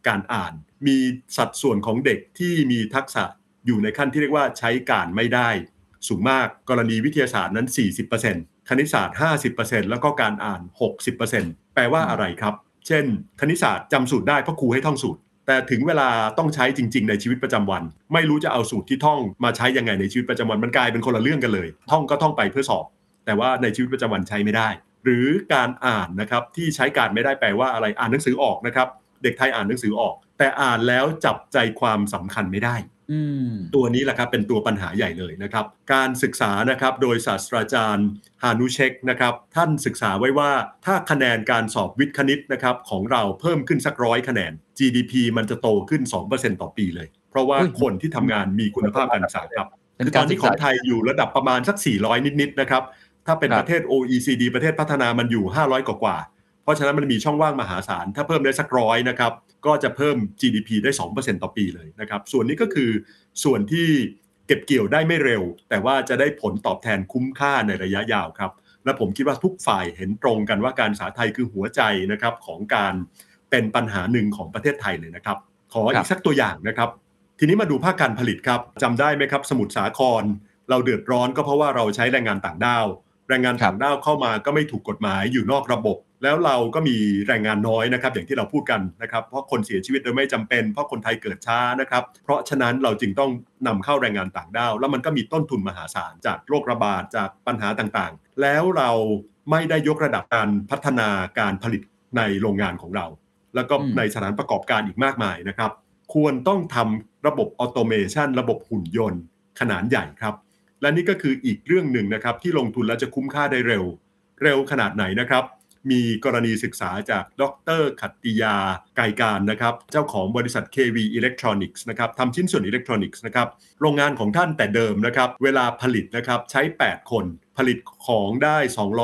การอ่านมีสัดส่วนของเด็กที่มีทักษะอยู่ในขั้นที่เรียกว่าใช้การไม่ได้สูงมากกรณีวิทยาศาสตร์นั้น 40% คณิตศาสตร์ 50% แล้วก็การอ่าน 60% แปลว่าอะไรครับเช่นคณิตศาสตร์จำสูตรได้เพราะครูให้ท่องสูตรแต่ถึงเวลาต้องใช้จริงๆในชีวิตประจำวันไม่รู้จะเอาสูตรที่ท่องมาใช้ยังไงในชีวิตประจำวันมันกลายเป็นคนละเรื่องกันเลยท่องก็ท่องไปเพื่อสอบแต่ว่าในชีวิตประจำวันใช้ไม่ได้หรือการอ่านนะครับที่ใช้การไม่ได้แปลว่าอะไรอ่านหนังสือออกนะครับเด็กไทยอ่านหนังสือออกแต่อ่านแล้วจับใจความสำคัญไม่ได้ตัวนี้แหละครับเป็นตัวปัญหาใหญ่เลยนะครับการศึกษานะครับโดยศาสตราจารย์ฮานุเชคนะครับท่านศึกษาไว้ว่าถ้าคะแนนการสอบวิทย์คณิตนะครับของเราเพิ่มขึ้นสัก100คะแนน GDP มันจะโตขึ้น 2% ต่อปีเลยเพราะว่าคนที่ทำงานมีคุณภาพการศึกษาครับคือตอนนี้ของไทยอยู่ระดับประมาณสัก400นิดๆนะครับถ้าเป็นประเทศ OECD ประเทศพัฒนามันอยู่500กว่าเพราะฉะนั้นมันมีช่องว่างมหาศาลถ้าเพิ่มได้สัก100นะครับก็จะเพิ่ม GDP ได้ 2% ต่อปีเลยนะครับส่วนนี้ก็คือส่วนที่เก็บเกี่ยวได้ไม่เร็วแต่ว่าจะได้ผลตอบแทนคุ้มค่าในระยะยาวครับและผมคิดว่าทุกฝ่ายเห็นตรงกันว่าการศึกษาไทยคือหัวใจนะครับของการเป็นปัญหาหนึ่งของประเทศไทยเลยนะครับขออีกสักตัวอย่างนะครับทีนี้มาดูภาคการผลิตครับจำได้ไหมครับสมุทรสาครเราเดือดร้อนก็เพราะว่าเราใช้แรงงานต่างด้าวแรงงานต่างด้าวเข้ามาก็ไม่ถูกกฎหมายอยู่นอกระบบแล้วเราก็มีแรงงานน้อยนะครับอย่างที่เราพูดกันนะครับเพราะคนเสียชีวิตโดยไม่จำเป็นเพราะคนไทยเกิดช้านะครับเพราะฉะนั้นเราจึงต้องนำเข้าแรงงานต่างด้าวแล้วมันก็มีต้นทุนมหาศาลจากโรคระบาดจากปัญหาต่างๆแล้วเราไม่ได้ยกระดับการพัฒนาการผลิตในโรงงานของเราแล้วก็ในสถานประกอบการอีกมากมายนะครับควรต้องทำระบบออโตเมชันระบบหุ่นยนต์ขนาดใหญ่ครับและนี่ก็คืออีกเรื่องหนึ่งนะครับที่ลงทุนแล้วจะคุ้มค่าได้เร็วขนาดไหนนะครับมีกรณีศึกษาจากดร.ขัตติยาไกรการนะครับเจ้าของบริษัท KV Electronics นะครับทำชิ้นส่วนอิเล็กทรอนิกส์นะครับโรงงานของท่านแต่เดิมนะครับเวลาผลิตนะครับใช้8คนผลิตของได้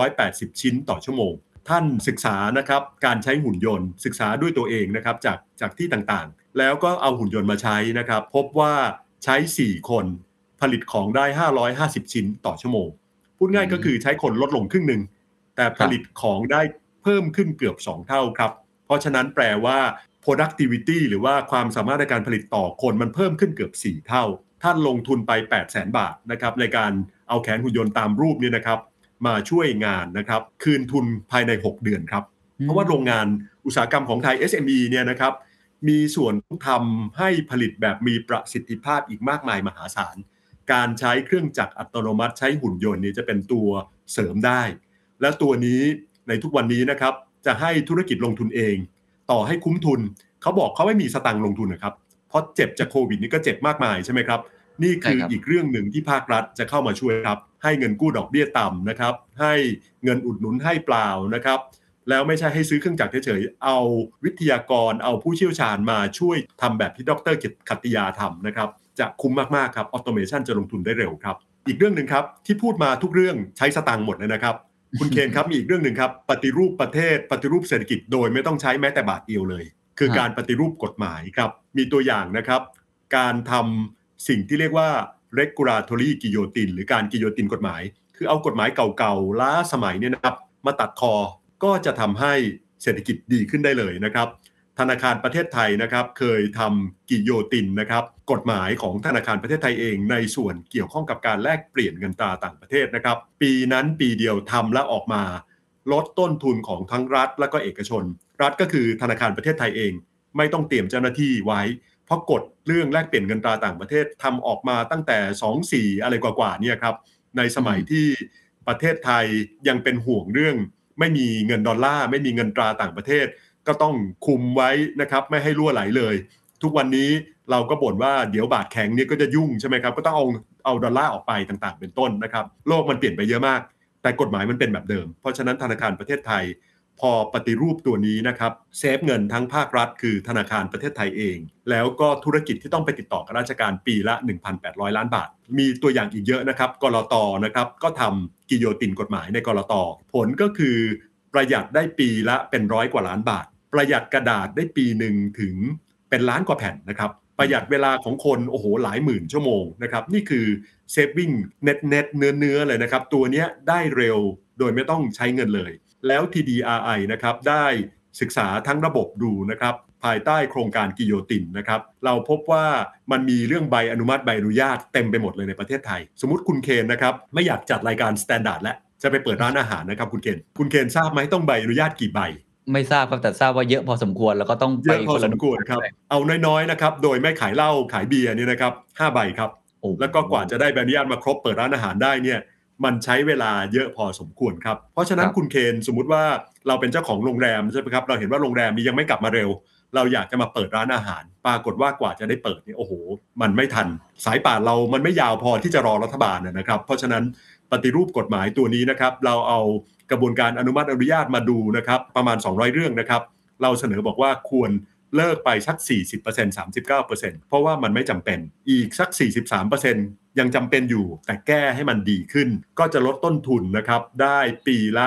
280ชิ้นต่อชั่วโมงท่านศึกษานะครับการใช้หุ่นยนต์ศึกษาด้วยตัวเองนะครับจากที่ต่างๆแล้วก็เอาหุ่นยนต์มาใช้นะครับพบว่าใช้4คนผลิตของได้550ชิ้นต่อชั่วโมงพูดง่ายก็คือใช้คนลดลงครึ่งนึงแต่ผลิตของได้เพิ่มขึ้นเกือบ2เท่าครับเพราะฉะนั้นแปลว่า productivity หรือว่าความสามารถในการผลิตต่อคนมันเพิ่มขึ้นเกือบ4เท่าท่านลงทุนไป 800,000 บาทนะครับในการเอาแขนหุ่นยนต์ตามรูปนี้นะครับมาช่วยงานนะครับคืนทุนภายใน6เดือนครับเพราะว่าโรงงานอุตสาหกรรมของไทย SME เนี่ยนะครับมีส่วนทำให้ผลิตแบบมีประสิทธิภาพอีกมากมายมหาศาลการใช้เครื่องจักรอัตโนมัติใช้หุ่นยนต์นี้จะเป็นตัวเสริมได้และตัวนี้ในทุกวันนี้นะครับจะให้ธุรกิจลงทุนเองต่อให้คุ้มทุนเขาบอกเขาไม่มีสตังค์ลงทุนนะครับเพราะเจ็บจากโควิดนี่ก็เจ็บมากมายใช่ไหมครับนี่คืออีกเรื่องหนึ่งที่ภาครัฐจะเข้ามาช่วยครับให้เงินกู้ดอกเบี้ยต่ำนะครับให้เงินอุดหนุนให้เปล่านะครับแล้วไม่ใช่ให้ซื้อเครื่องจักรเฉยๆเอาวิทยากรเอาผู้เชี่ยวชาญมาช่วยทำแบบที่ดร.ขัตติยาทำนะครับจะคุ้มมากๆครับออโตเมชันจะลงทุนได้เร็วครับอีกเรื่องนึงครับที่พูดมาทุกเรื่องใช้สตางค์หมดเลยนะครับคุณเคนครับมีอีกเรื่องนึงครับปฏิรูปประเทศปฏิรูปเศรษฐกิจโดยไม่ต้องใช้แม้แต่บาทเดียวเลยคือการปฏิรูปกฎหมายครับมีตัวอย่างนะครับการทำสิ่งที่เรียกว่า regulatory guillotine หรือการกิโยตินกฎหมายคือเอากฎหมายเก่าๆล้าสมัยเนี่ยนะครับมาตัดคอก็จะทำให้เศรษฐกิจดีขึ้นได้เลยนะครับธนาคารประเทศไทยนะครับเคยทำกิโยตินนะครับกฎหมายของธนาคารประเทศไทยเองในส่วนเกี่ยวข้องกับการแลกเปลี่ยนเงินตราต่างประเทศนะครับปีนั้นปีเดียวทำและออกมาลดต้นทุนของทั้งรัฐและก็เอกชนรัฐก็คือธนาคารประเทศไทยเองไม่ต้องเตรียมเจ้าหน้าที่ไว้เพราะกฎเรื่องแลกเปลี่ยนเงินตราต่างประเทศทำออกมาตั้งแต่24อะไรกว่าๆเนี่ยครับในสมัยที่ประเทศไทยยังเป็นห่วงเรื่องไม่มีเงินดอลลาร์ไม่มีเงินตราต่างประเทศก็ต้องคุมไว้นะครับไม่ให้รั่วไหลเลยทุกวันนี้เราก็บ่นว่าเดี๋ยวบาทแข็งนี่ก็จะยุ่งใช่ไหมครับก็ต้องเอาดอลลาร์ออกไปต่างๆเป็นต้นนะครับโลกมันเปลี่ยนไปเยอะมากแต่กฎหมายมันเป็นแบบเดิมเพราะฉะนั้นธนาคารประเทศไทยพอปฏิรูปตัวนี้นะครับเซฟเงินทั้งภาครัฐคือธนาคารประเทศไทยเองแล้วก็ธุรกิจที่ต้องไปติดต่อกับราชการปีละ 1,800 ล้านบาทมีตัวอย่างอีกเยอะนะครับกลต.นะครับก็ทำกิโยตินกฎหมายในกลต.ผลก็คือประหยัดได้ปีละเป็น100 กว่าล้านบาทประหยัดกระดาษได้ปีหนึ่งถึงเป็นล้านกว่าแผ่นนะครับประหยัดเวลาของคนโอ้โหหลายหมื่นชั่วโมงนะครับนี่คือเซฟวิ่งเน็ตเนื้อเลยนะครับตัวนี้ได้เร็วโดยไม่ต้องใช้เงินเลยแล้ว TDRI นะครับได้ศึกษาทั้งระบบดูนะครับภายใต้โครงการกิโยตินนะครับเราพบว่ามันมีเรื่องใบอนุมัติใบอนุญาตเต็มไปหมดเลยในประเทศไทยสมมุติคุณเคนนะครับไม่อยากจัดรายการ Standard และจะไปเปิดร้านอาหารนะครับคุณเคนทราบไหมต้องใบอนุญาตกี่ใบไม่ทราบครับแต่ทราบว่าเยอะพอสมควรแล้วก็ต้องไปเยอะพอสมควรครับเอาน้อยๆนะครับโดยไม่ขายเหล้าขายเบียร์นี่นะครับ5ใบครับแล้วก็กว่าจะได้ใบอนุญาตมาครบเปิดร้านอาหารได้เนี่ยมันใช้เวลาเยอะพอสมควรครับเพราะฉะนั้นคุณเคนสมมุติว่าเราเป็นเจ้าของโรงแรมใช่ไหมครับเราเห็นว่าโรงแรมนี้ยังไม่กลับมาเร็วเราอยากจะมาเปิดร้านอาหารปรากฏว่ากว่าจะได้เปิดเนี่ยโอ้โหมันไม่ทันสายป่านเรามันไม่ยาวพอที่จะรอรัฐบาลนะครับเพราะฉะนั้นปฏิรูปกฎหมายตัวนี้นะครับเราเอากระบวนการอนุมัติอนุญาตมาดูนะครับประมาณ200เรื่องนะครับเราเสนอบอกว่าควรเลิกไปสัก 40% 39% เพราะว่ามันไม่จำเป็นอีกสัก 43% ยังจำเป็นอยู่แต่แก้ให้มันดีขึ้นก็จะลดต้นทุนนะครับได้ปีละ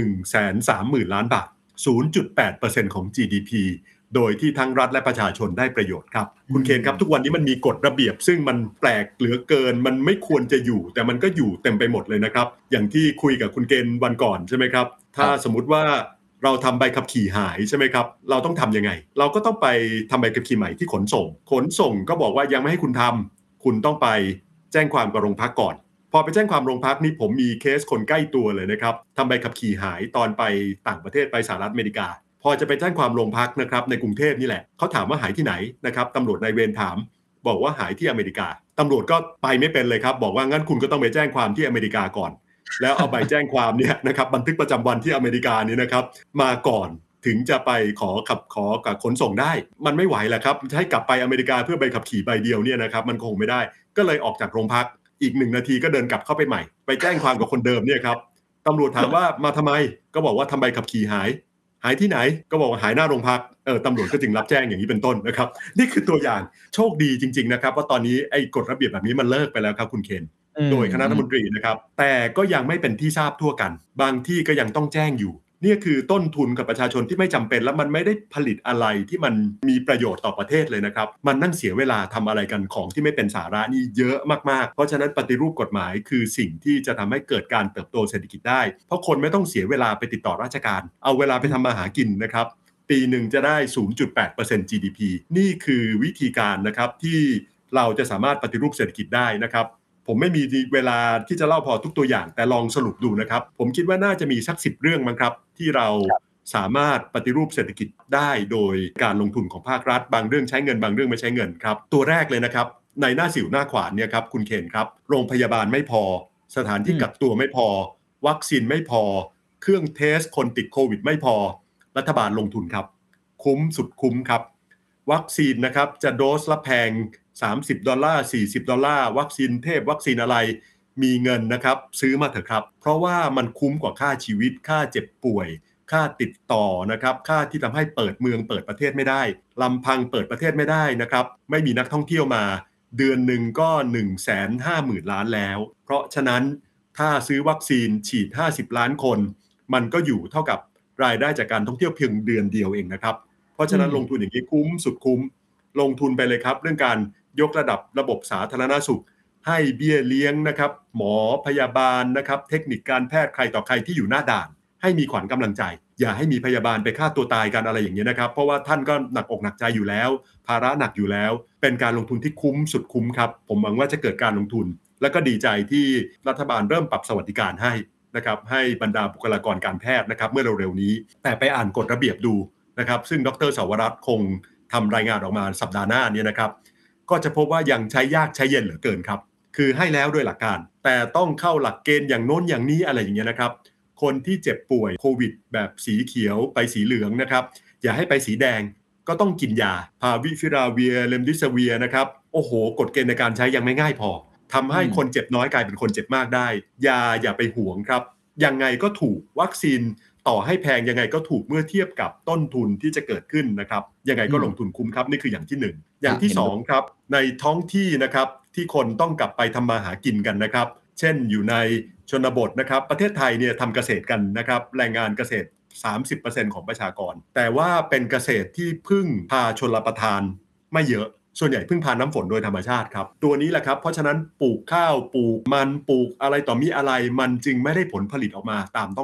130,000 ล้านบาท 0.8% ของ GDP โดยที่ทั้งรัฐและประชาชนได้ประโยชน์ครับคุณเคนครับทุกวันนี้มันมีกฎระเบียบซึ่งมันแปลกเหลือเกินมันไม่ควรจะอยู่แต่มันก็อยู่เต็มไปหมดเลยนะครับอย่างที่คุยกับคุณเคนวันก่อนใช่ไหมครับถ้าสมมุติว่าเราทำใบขับขี่หายใช่ไหมครับเราต้องทำยังไงเราก็ต้องไปทำใบขับขี่ใหม่ที่ขนส่งก็บอกว่ายังไม่ให้คุณทำคุณต้องไปแจ้งความกับโรงพักก่อนพอไปแจ้งความโรงพักนี่ผมมีเคสคนใกล้ตัวเลยนะครับทำใบขับขี่หายตอนไปต่างประเทศไปสหรัฐอเมริกาพอจะไปแจ้งความโรงพักนะครับในกรุงเทพนี่แหละเขาถามว่าหายที่ไหนนะครับตำรวจนายเวรถามบอกว่าหายที่อเมริกาตำรวจก็ไปไม่เป็นเลยครับบอกว่างั้นคุณก็ต้องไปแจ้งความที่อเมริกาก่อนแล้วเอาใบแจ้งความเนี่ยนะครับบันทึกประจำวันที่อเมริกานี่นะครับมาก่อนถึงจะไปขอกับขนส่งได้มันไม่ไหวแหละครับให้กลับไปอเมริกาเพื่อใบขับขี่ใบเดียวเนี่ยนะครับมันคงไม่ได้ก็เลยออกจากโรงพักอีก1 นาทีก็เดินกลับเข้าไปใหม่ไปแจ้งความกับคนเดิมเนี่ยครับตำรวจถามว่ามาทำไมก็บอกว่าทำใบขับขี่หายที่ไหนก็บอกว่าหายหน้าโรงพักตำรวจก็จึงรับแจ้งอย่างนี้เป็นต้นนะครับนี่คือตัวอย่างโชคดีจริงๆนะครับว่าตอนนี้ไอ้กฎระเบียบแบบนี้มันเลิกไปแล้วครับคุณเคนโดยคณะรัฐมนตรีนะครับแต่ก็ยังไม่เป็นที่ทราบทั่วกันบางที่ก็ยังต้องแจ้งอยู่นี่คือต้นทุนกับประชาชนที่ไม่จำเป็นแล้วมันไม่ได้ผลิตอะไรที่มันมีประโยชน์ต่อประเทศเลยนะครับมันนั่งเสียเวลาทำอะไรกันของที่ไม่เป็นสาระนี่เยอะมากๆเพราะฉะนั้นปฏิรูปกฎหมายคือสิ่งที่จะทำให้เกิดการเติบโตเศรษฐกิจได้เพราะคนไม่ต้องเสียเวลาไปติดต่อราชการเอาเวลาไปทำมาหากินนะครับปีหนึ่งจะได้ 0.8% GDP นี่คือวิธีการนะครับที่เราจะสามารถปฏิรูปเศรษฐกิจได้นะครับผมไม่มีเวลาที่จะเล่าพอทุกตัวอย่างแต่ลองสรุปดูนะครับผมคิดว่าน่าจะมีสัก10เรื่องมั้งครับที่เราสามารถปฏิรูปเศรษฐกิจได้โดยการลงทุนของภาครัฐบางเรื่องใช้เงินบางเรื่องไม่ใช้เงินครับตัวแรกเลยนะครับในหน้าสิวหน้าขวานเนี่ยครับคุณเคนครับโรงพยาบาลไม่พอสถานที่กักตัวไม่พอวัคซีนไม่พอเครื่องเทสคนติดโควิดไม่พอรัฐบาลลงทุนครับคุ้มสุดคุ้มครับวัคซีนนะครับจะโดสละแพง$30 $40วัคซีนเทพวัคซีนอะไรมีเงินนะครับซื้อมาเถอะครับเพราะว่ามันคุ้มกว่าค่าชีวิตค่าเจ็บป่วยค่าติดต่อนะครับค่าที่ทำให้เปิดเมืองเปิดประเทศไม่ได้ลำพังเปิดประเทศไม่ได้นะครับไม่มีนักท่องเที่ยวมาเดือนหนึ่งก็ 150,000 ล้านแล้วเพราะฉะนั้นถ้าซื้อวัคซีนฉีด50 ล้านคนมันก็อยู่เท่ากับรายได้จากการท่องเที่ยวเพียงเดือนเดียวเองนะครับเพราะฉะนั้นลงทุนอย่างนี้คุ้มสุดคุ้มลงทุนไปเลยครับเรื่องการยกระดับระบบสาธารณสุขให้เบี้ยเลี้ยงนะครับหมอพยาบาลนะครับเทคนิคการแพทย์ใครต่อใครที่อยู่หน้าด่านให้มีขวัญกำลังใจอย่าให้มีพยาบาลไปฆ่าตัวตายกันอะไรอย่างเงี้ยนะครับเพราะว่าท่านก็หนักอกหนักใจอยู่แล้วภาระหนักอยู่แล้วเป็นการลงทุนที่คุ้มสุดคุ้มครับผมหวังว่าจะเกิดการลงทุนและก็ดีใจที่รัฐบาลเริ่มปรับสวัสดิการให้นะครับให้บรรดาบุคลากรการแพทย์นะครับเมื่อเร็วๆนี้แต่ไปอ่านกฎระเบียบดูนะครับซึ่งดร.สาวรัตน์คงทำรายงานออกมาสัปดาห์หน้านี้นะครับก็จะพบว่ายังใช้ยากใช้เย็นเหลือเกินครับคือให้แล้วด้วยหลักการแต่ต้องเข้าหลักเกณฑ์อย่างโน้นอย่างนี้อะไรอย่างเงี้ยนะครับคนที่เจ็บป่วยโควิดแบบสีเขียวไปสีเหลืองนะครับอย่าให้ไปสีแดงก็ต้องกินยาพาวิฟิราเวียเลมดิซาเวียนะครับโอ้โหกฎเกณฑ์ในการใช้ยังไม่ง่ายพอทำให้คนเจ็บน้อยกลายเป็นคนเจ็บมากได้อย่าไปหวงครับยังไงก็ถูกวัคซีนต่อให้แพงยังไงก็ถูกเมื่อเทียบกับต้นทุนที่จะเกิดขึ้นนะครับยังไงก็ลงทุนคุ้มครับนี่คืออย่างที่1อย่างที่2ครับในท้องที่นะครับที่คนต้องกลับไปทำมาหากินกันนะครับเช่นอยู่ในชนบทนะครับประเทศไทยเนี่ยทำเกษตรกันนะครับแรงงานเกษตร 30% ของประชากรแต่ว่าเป็นเกษตรที่พึ่งพาชลประทานไม่เยอะส่วนใหญ่พึ่งพาน้ำฝนโดยธรรมชาติครับตัวนี้แหละครับเพราะฉะนั้นปลูกข้าวปลูกมันปลูกอะไรต่อมีอะไรมันจึงไม่ได้ผลผลิตออกมาตามต้องการ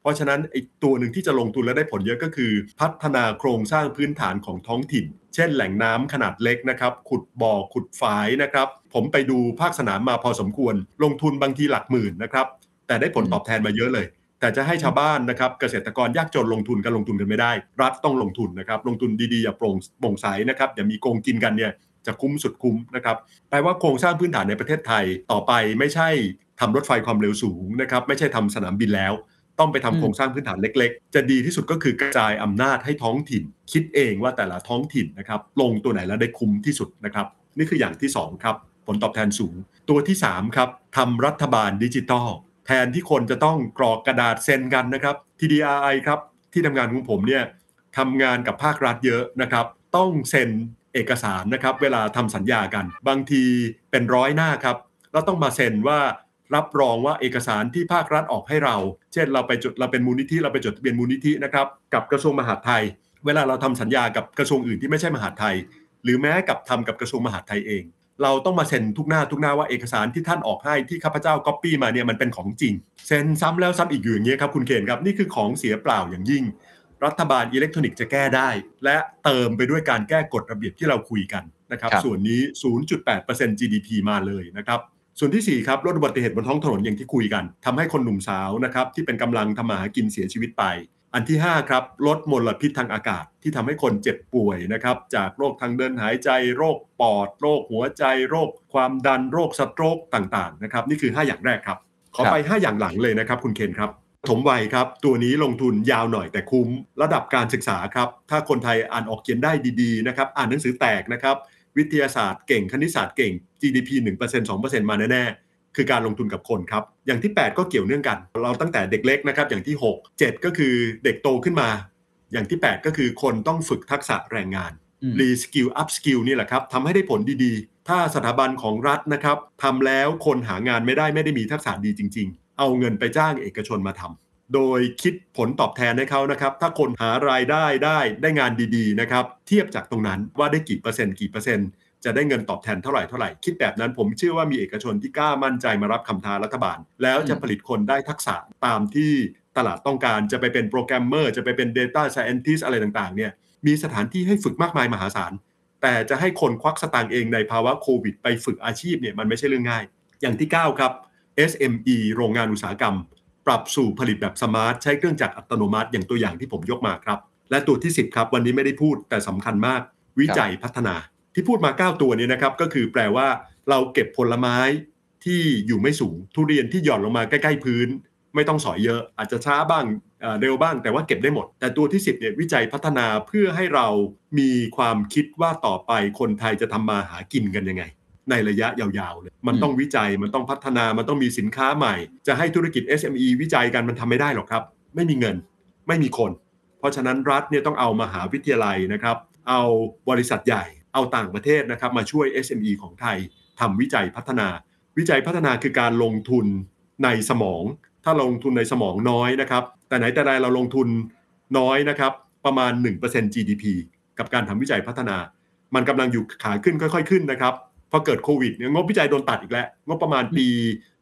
เพราะฉะนั้นไอ้ตัวหนึ่งที่จะลงทุนและได้ผลเยอะก็คือพัฒนาโครงสร้างพื้นฐานของท้องถิ่นเช่นแหล่งน้ำขนาดเล็กนะครับขุดบ่อขุดฝายนะครับผมไปดูภาคสนามมาพอสมควรลงทุนบางทีหลักหมื่นนะครับแต่ได้ผลตอบแทนมาเยอะเลยแต่จะให้ชาวบ้านนะครับเกษตรกรยากจนลงทุนกันไม่ได้รัฐต้องลงทุนนะครับลงทุนดีๆอย่าโปร่งใสนะครับอย่ามีโกงกินกันเนี่ยจะคุ้มสุดคุ้มนะครับแปลว่าโครงสร้างพื้นฐานในประเทศไทยต่อไปไม่ใช่ทำรถไฟความเร็วสูงนะครับไม่ใช่ทำสนามบินแล้วต้องไปทำโครงสร้างพื้นฐานเล็กๆจะดีที่สุดก็คือกระจายอำนาจให้ท้องถิ่นคิดเองว่าแต่ละท้องถิ่นนะครับลงตัวไหนแล้วได้คุ้มที่สุดนะครับนี่คืออย่างที่2ครับผลตอบแทนสูงตัวที่3ครับทำรัฐบาลดิจิทัลแทนที่คนจะต้องกรอกกระดาษเซ็นกันนะครับ TDRI ครับที่ทำงานของผมเนี่ยทำงานกับภาครัฐเยอะนะครับต้องเซ็นเอกสารนะครับเวลาทำสัญญากันบางทีเป็น100 หน้าครับแล้วต้องมาเซ็นว่ารับรองว่าเอกสารที่ภาครัฐออกให้เราเช่นเราเป็นมูลนิธิเราไปจดทะเบียนมูลนิธินะครับกับกระทรวงมหาดไทยเวลาเราทำสัญญากับกระทรวงอื่นที่ไม่ใช่มหาดไทยหรือแม้กับทำกับกระทรวงมหาดไทยเองเราต้องมาเซ็นทุกหน้าว่าเอกสารที่ท่านออกให้ที่ข้าพเจ้าก๊อปปี้มาเนี่ยมันเป็นของจริงเซ็นซ้ำแล้วซ้ำอีกอยู่อย่างเงี้ยครับคุณเคนครับนี่คือของเสียเปล่าอย่างยิ่งรัฐบาลอิเล็กทรอนิกส์จะแก้ได้และเติมไปด้วยการแก้กฎระเบียบที่เราคุยกันนะครับส่วนนี้ 0.8% GDP มาเลยนะครับส่วนที่4ครับลดอุบัติเหตุบนท้องถนนอย่างที่คุยกันทำให้คนหนุ่มสาวนะครับที่เป็นกำลังทำมาหากินเสียชีวิตไปอันที่5ครับลดมลพิษทางอากาศที่ทำให้คนเจ็บป่วยนะครับจากโรคทางเดินหายใจโรคปอดโรคหัวใจโรคความดันโรคสโตรกต่างๆนะครับนี่คือ5อย่างแรกครับขอไป5อย่างหลังเลยนะครับคุณเคนครับถมวัยครับตัวนี้ลงทุนยาวหน่อยแต่คุ้มระดับการศึกษาครับถ้าคนไทยอ่านออกเขียนได้ดีๆนะครับอ่านหนังสือแตกนะครับวิทยาศาสตร์เก่งคณิตศาสตร์เก่ง GDP 1% 2% มาแน่ๆคือการลงทุนกับคนครับอย่างที่8ก็เกี่ยวเนื่องกันเราตั้งแต่เด็กเล็กนะครับอย่างที่6 7ก็คือเด็กโตขึ้นมาอย่างที่8ก็คือคนต้องฝึกทักษะแรงงาน Reskill Upskill นี่แหละครับทำให้ได้ผลดีๆถ้าสถาบันของรัฐนะครับทำแล้วคนหางานไม่ได้มีทักษะดีจริงๆเอาเงินไปจ้างเอกชนมาทำโดยคิดผลตอบแทนให้เขานะครับถ้าคนหารายได้งานดีๆนะครับเทียบจากตรงนั้นว่าได้กี่เปอร์เซ็นต์จะได้เงินตอบแทนเท่าไหร่คิดแบบนั้นผมเชื่อว่ามีเอกชนที่กล้ามั่นใจมารับคำท้ารัฐบาลแล้วจะผลิตคนได้ทักษะตามที่ตลาดต้องการจะไปเป็นโปรแกรมเมอร์จะไปเป็น Data Scientist อะไรต่างๆเนี่ยมีสถานที่ให้ฝึกมากมายมหาศาลแต่จะให้คนควักสตางค์เองในภาวะโควิดไปฝึกอาชีพเนี่ยมันไม่ใช่เรื่องง่ายอย่างที่9ครับ SME โรงงานอุตสาหกรรมปรับสู่ผลิตแบบสมาร์ทใช้เครื่องจักรอัตโนมัติอย่างตัวอย่างที่ผมยกมาครับและตัวที่10ครับวันนี้ไม่ได้พูดแต่สำคัญมากวิจัยพัฒนาที่พูดมา9ตัวนี้นะครับก็คือแปลว่าเราเก็บผลไม้ที่อยู่ไม่สูงทุเรียนที่หย่อนลงมาใกล้ๆพื้นไม่ต้องสอยเยอะอาจจะช้าบ้างเร็วบ้างแต่ว่าเก็บได้หมดแต่ตัวที่10เนี่ยวิจัยพัฒนาเพื่อให้เรามีความคิดว่าต่อไปคนไทยจะทำมาหากินกันยังไงในระยะยาวๆเลยมันต้องวิจัยมันต้องพัฒนามันต้องมีสินค้าใหม่จะให้ธุรกิจ SME วิจัยกันมันทำไม่ได้หรอกครับไม่มีเงินไม่มีคนเพราะฉะนั้นรัฐเนี่ยต้องเอามหาวิทยาลัยนะครับเอาบริษัทใหญ่เอาต่างประเทศนะครับมาช่วย SME ของไทยทำวิจัยพัฒนาคือการลงทุนในสมองถ้าลงทุนในสมองน้อยนะครับแต่ไหนแต่ไรเราลงทุนน้อยนะครับประมาณ 1% GDP กับการทำวิจัยพัฒนามันกำลังอยู่ขาขึ้นค่อยๆขึ้นนะครับพอเกิดโควิดเนี่ยงบวิจัยโดนตัดอีกแล้วงบประมาณปี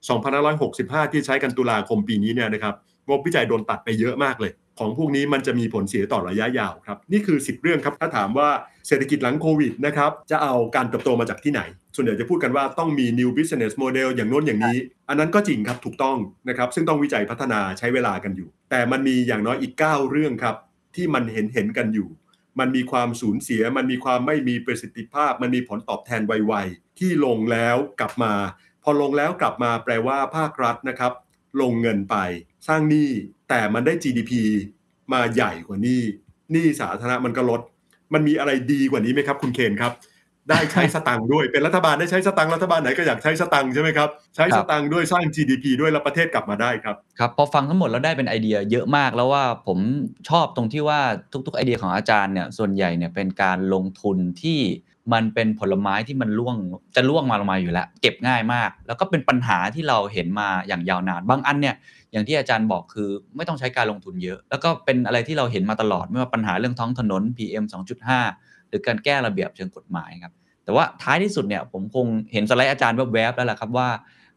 2565ที่ใช้กันตุลาคมปีนี้เนี่ยนะครับงบวิจัยโดนตัดไปเยอะมากเลยของพวกนี้มันจะมีผลเสียต่อระยะยาวครับนี่คือ10เรื่องครับถ้าถามว่าเศรษฐกิจหลังโควิดนะครับจะเอาการเติบโตมาจากที่ไหนส่วนใหญ่จะพูดกันว่าต้องมี new business model อย่างโน้นอย่างนี้อันนั้นก็จริงครับถูกต้องนะครับซึ่งต้องวิจัยพัฒนาใช้เวลากันอยู่แต่มันมีอย่างน้อยอีก9เรื่องครับที่มันเห็นกันอยู่มันมีความสูญเสียมันมีความไม่มีประสิทธิภาพมันมีผลตอบแทนไวๆที่ลงแล้วกลับมาพอลงแล้วกลับมาแปลว่าภาครัฐนะครับลงเงินไปสร้างหนี้แต่มันได้ GDP มาใหญ่กว่าหนี้สาธารณะมันก็ลดมันมีอะไรดีกว่านี้ไหมครับคุณเคนครับได้ใช้สตังค์ด้วยเป็นรัฐบาลได้ใช้สตังค์รัฐบาลไหนก็อยากใช้สตังค์ใช่ไหมครับใช้สตังค์ด้วยสร้าง GDP ด้วยแล้วประเทศกลับมาได้ครับครับพอฟังทั้งหมดแล้วได้เป็นไอเดียเยอะมากแล้วว่าผมชอบตรงที่ว่าทุกๆไอเดียของอาจารย์เนี่ยส่วนใหญ่เนี่ยเป็นการลงทุนที่มันเป็นผลไม้ที่มันล่วงมาลงมาอยู่แล้วเก็บง่ายมากแล้วก็เป็นปัญหาที่เราเห็นมาอย่างยาวนานบางอันเนี่ยอย่างที่อาจารย์บอกคือไม่ต้องใช้การลงทุนเยอะแล้วก็เป็นอะไรที่เราเห็นมาตลอดไม่ว่าปัญหาเรื่องท้องถนน PM 2.5 หรือการแก้ระเบียบเชิงกฎหมายครับแต่ว่าท้ายที่สุดเนี่ยผมคงเห็นสไลด์อาจารย์แวบๆแล้วแหละครับว่า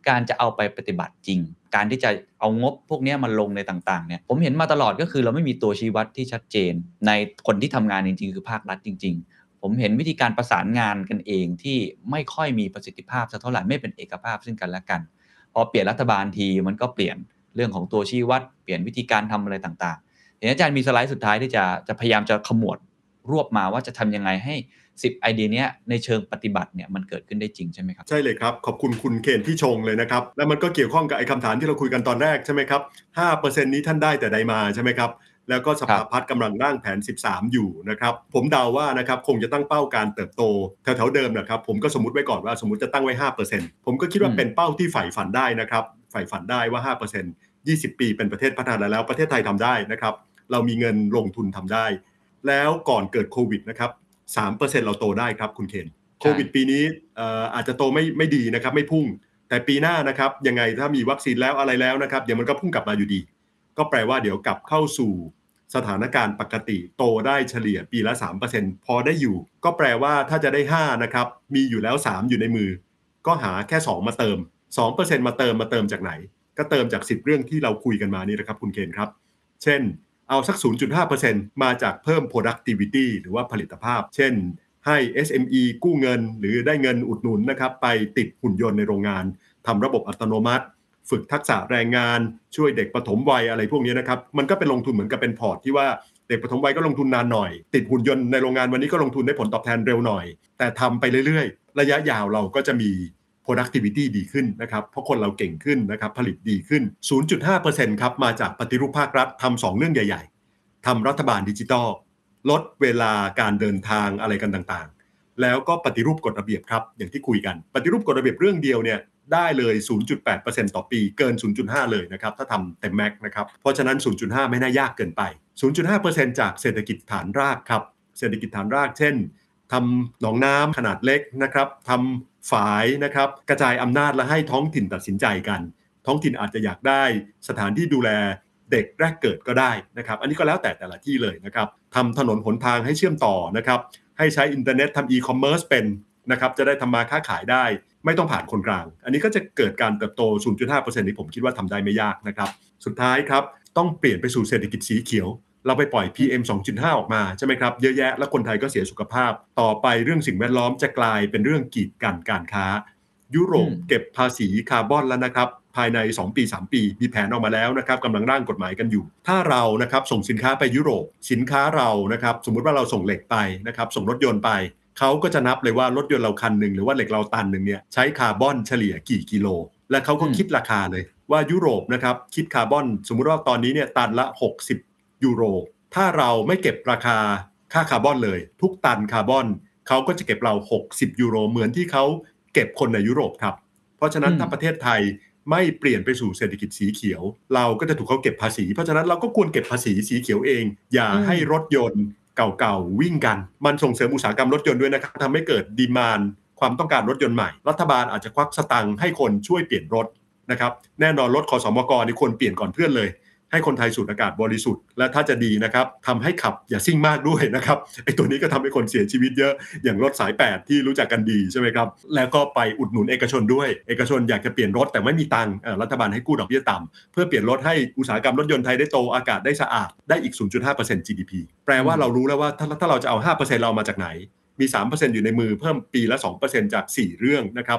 การจะเอาไปปฏิบัติจริงการที่จะเอางบพวกนี้มาลงในต่างๆเนี่ยผมเห็นมาตลอดก็คือเราไม่มีตัวชี้วัดที่ชัดเจนในคนที่ทำงานจริงๆคือภาครัฐจริงๆผมเห็นวิธีการประสานงานกันเองที่ไม่ค่อยมีประสิทธิภาพสักเท่าไหร่ไม่เป็นเอกภาพซึ่งกันและกันพอเปลี่ยนรัฐบาลทีมันก็เปลี่ยนเรื่องของตัวชี้วัดเปลี่ยนวิธีการทำอะไรต่างๆเห็นอาจารย์มีสไลด์สุดท้ายที่จะพยายามจะขมวดรวบมาว่าจะทำยังไงให้10ไอเดียเนี้ยในเชิงปฏิบัติเนี่ยมันเกิดขึ้นได้จริงใช่ไหมครับใช่เลยครับขอบคุณคุณเคนที่ชงเลยนะครับแล้วมันก็เกี่ยวข้องกับไอ้คำถามที่เราคุยกันตอนแรกใช่ไหมครับ 5% นี้ท่านได้แต่ใดมาใช่ไหมครับแล้วก็สภาพัฒน์กำลังร่างแผน13อยู่นะครับผมเดาว่านะครับคงจะตั้งเป้าการเติบโตแถวๆเดิมนะครับผมก็สมมุติไว้ก่อนว่าสมมุติจะตั้งไว้ 5% ผมก็คิดว่าเป็นเป้าที่ใฝ่ฝันได้นะครับใฝ่ฝันได้ว่า 5% 20 ปีเป็นประเทศพัฒนาแล้วประเทศไทยทำได้นะครับเรามีเงินลงทุนทำได้แล้วก่อนเกิดโควิดนะครับ 3% เราโตได้ครับคุณเคนโควิดปีนี้อาจจะโตไม่ดีนะครับไม่พุ่งแต่ปีหน้านะครับยังไงถ้ามีวัคซีนแล้วอะไรแล้วนะครับเดี๋ยวมันก็พุ่งกลับมาอยู่ดีก็แปลว่าเดี๋ยวกลับเข้าสู่สถานการณ์ปกติโตได้เฉลี่ยปีละ 3% พอได้อยู่ก็แปลว่าถ้าจะได้5นะครับมีอยู่แล้ว3อยู่ในมือก็หาแค่2มาเติม 2% มาเติมจากไหนก็เติมจาก10เรื่องที่เราคุยกันมานี่นะครับคุณเคนครับเช่นเอาสัก 0.5% มาจากเพิ่ม productivity หรือว่าผลิตภาพเช่นให้ SME กู้เงินหรือได้เงินอุดหนุนนะครับไปติดหุ่นยนต์ในโรงงานทำระบบอัตโนมัติฝึกทักษะแรงงานช่วยเด็กปฐมวัยอะไรพวกนี้นะครับมันก็เป็นลงทุนเหมือนกับเป็นพอร์ตที่ว่าเด็กปฐมวัยก็ลงทุนนานหน่อยติดหุ่นยนต์ในโรงงานวันนี้ก็ลงทุนได้ผลตอบแทนเร็วหน่อยแต่ทำไปเรื่อยๆระยะยาวเราก็จะมี productivity ดีขึ้นนะครับเพราะคนเราเก่งขึ้นนะครับผลิตดีขึ้น 0.5% ครับมาจากปฏิรูปภาครัฐทำ2เรื่องใหญ่ๆทำรัฐบาลดิจิทัลลดเวลาการเดินทางอะไรกันต่างๆแล้วก็ปฏิรูปกฎระเบียบครับอย่างที่คุยกันปฏิรูปกฎระเบียบเรื่องเดียวเนี่ยได้เลย 0.8% ต่อปีเกิน 0.5 เลยนะครับถ้าทำเต็มแม็กนะครับเพราะฉะนั้น 0.5 ไม่น่ายากเกินไป 0.5% จากเศรษฐกิจฐานรากครับเศรษฐกิจฐานรากเช่นทำหนองน้ำขนาดเล็กนะครับทำฝายนะครับกระจายอำนาจและให้ท้องถิ่นตัดสินใจกันท้องถิ่นอาจจะอยากได้สถานที่ดูแลเด็กแรกเกิดก็ได้นะครับอันนี้ก็แล้วแต่ละที่เลยนะครับทำถนนหนทางให้เชื่อมต่อนะครับให้ใช้อินเทอร์เน็ตทำอีคอมเมิร์ซเป็นนะครับจะได้ทำมาค้าขายได้ไม่ต้องผ่านคนกลางอันนี้ก็จะเกิดการเติบโต 0.5% ที่ผมคิดว่าทำได้ไม่ยากนะครับสุดท้ายครับต้องเปลี่ยนไปสู่เศรษฐกิจสีเขียวเราไปปล่อย PM 2.5 ออกมาใช่ไหมครับเยอะแยะแล้วคนไทยก็เสียสุขภาพต่อไปเรื่องสิ่งแวดล้อมจะกลายเป็นเรื่องกีดกันการค้ายุโรปเก็บภาษีคาร์บอนแล้วนะครับภายใน2ปี3ปีมีแผนออกมาแล้วนะครับกำลังร่างกฎหมายกันอยู่ถ้าเรานะครับส่งสินค้าไปยุโรปสินค้าเรานะครับสมมุติว่าเราส่งเหล็กไปนะครับส่งรถยนต์ไปเขาก็จะนับเลยว่ารถยนต์เราคันนึงหรือว่าเหล็กเราตันนึงเนี่ยใช้คาร์บอนเฉลี่ยกี่กิโลและเขาก็คิดราคาเลยว่ายุโรปนะครับคิดคาร์บอนสมมุติว่าตอนนี้เนี่ยตันละ60ยูโรถ้าเราไม่เก็บราคาค่าคาร์บอนเลยทุกตันคาร์บอนเขาก็จะเก็บเรา60ยูโรเหมือนที่เขาเก็บคนในยุโรปครับเพราะฉะนั้นถ้าประเทศไทยไม่เปลี่ยนไปสู่เศรษฐกิจสีเขียวเราก็จะถูกเขาเก็บภาษีเพราะฉะนั้นเราก็ควรเก็บภาษีสีเขียวเองอย่าให้รถยนต์เก่าๆวิ่งกันมันส่งเสริมอุตสาหกรรมรถยนต์ด้วยนะครับทำให้เกิดดีมานด์ความต้องการรถยนต์ใหม่รัฐบาลอาจจะควักสตังค์ให้คนช่วยเปลี่ยนรถนะครับแน่นอนรถคสมกนี่ควรเปลี่ยนก่อนเพื่อนเลยให้คนไทยสูดอากาศบริสุทธิ์และถ้าจะดีนะครับทำให้ขับอย่าซิ่งมากด้วยนะครับไอ้ตัวนี้ก็ทำให้คนเสียชีวิตเยอะอย่างรถสาย8ที่รู้จักกันดีใช่ไหมครับแล้วก็ไปอุดหนุนเอกชนด้วยเอกชนอยากจะเปลี่ยนรถแต่ไม่มีตังค์รัฐบาลให้กู้ดอกเบี้ยต่ำเพื่อเปลี่ยนรถให้อุตสาหกรรมรถยนต์ไทยได้โตอากาศได้สะอาดได้อีก 0.5% GDP แปลว่าเรารู้แล้วว่าถ้าเราจะเอา 5% เรามาจากไหนมี 3% อยู่ในมือเพิ่มปีละ 2% จาก4เรื่องนะครับ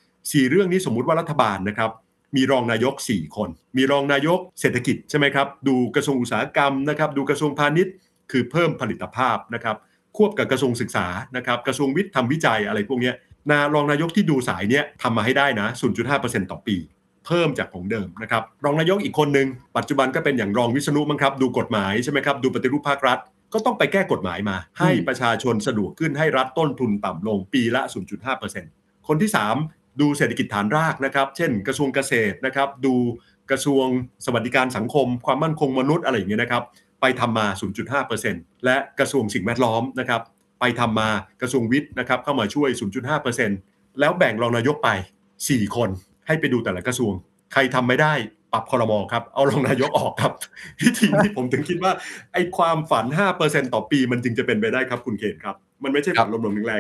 4เรื่องนี้สมมุติว่ารัฐบาลนะครับมีรองนายก4คนมีรองนายกเศรษฐกิจใช่ไหมครับดูกระทรวงอุตสาหกรรมนะครับดูกระทรวงพาณิชย์คือเพิ่มผลิตภาพนะครับควบกับกระทรวงศึกษานะครับกระทรวงวิทย์ทำวิจัยอะไรพวกนี้รองนายกที่ดูสายเนี้ยทำมาให้ได้นะ 0.5% ต่อปีเพิ่มจากของเดิมนะครับรองนายกอีกคนนึงปัจจุบันก็เป็นอย่างรองวิษณุมั้งครับดูกฎหมายใช่ไหมครับดูปฏิรูปภาครัฐก็ต้องไปแก้กฎหมายมาให้ประชาชนสะดวกขึ้นให้รัฐต้นทุนต่ำลงปีละ 0.5% คนที่3ดูเศรษฐกิจฐานรากนะครับเช่นกระทรวงเกษตรนะครับดูกระทรวงสวัสดิการสังคมความมั่นคงมนุษย์อะไรอย่างเงี้ยนะครับไปทำมา 0.5% และกระทรวงสิ่งแวดล้อมนะครับไปทำมากระทรวงวิทย์นะครับเข้ามาช่วย 0.5% แล้วแบ่งรองนายกไป4คนให้ไปดูแต่ละกระทรวงใครทำไม่ได้ปรับครม.ครับเอารองนายกออกครับวิธีนี้ผมถึงคิดว่าไอ้ความฝัน 5% ต่อปีมันจึงจะเป็นไปได้ครับคุณเขตครับมันไม่ใช่ฝันลมๆแรงๆครับ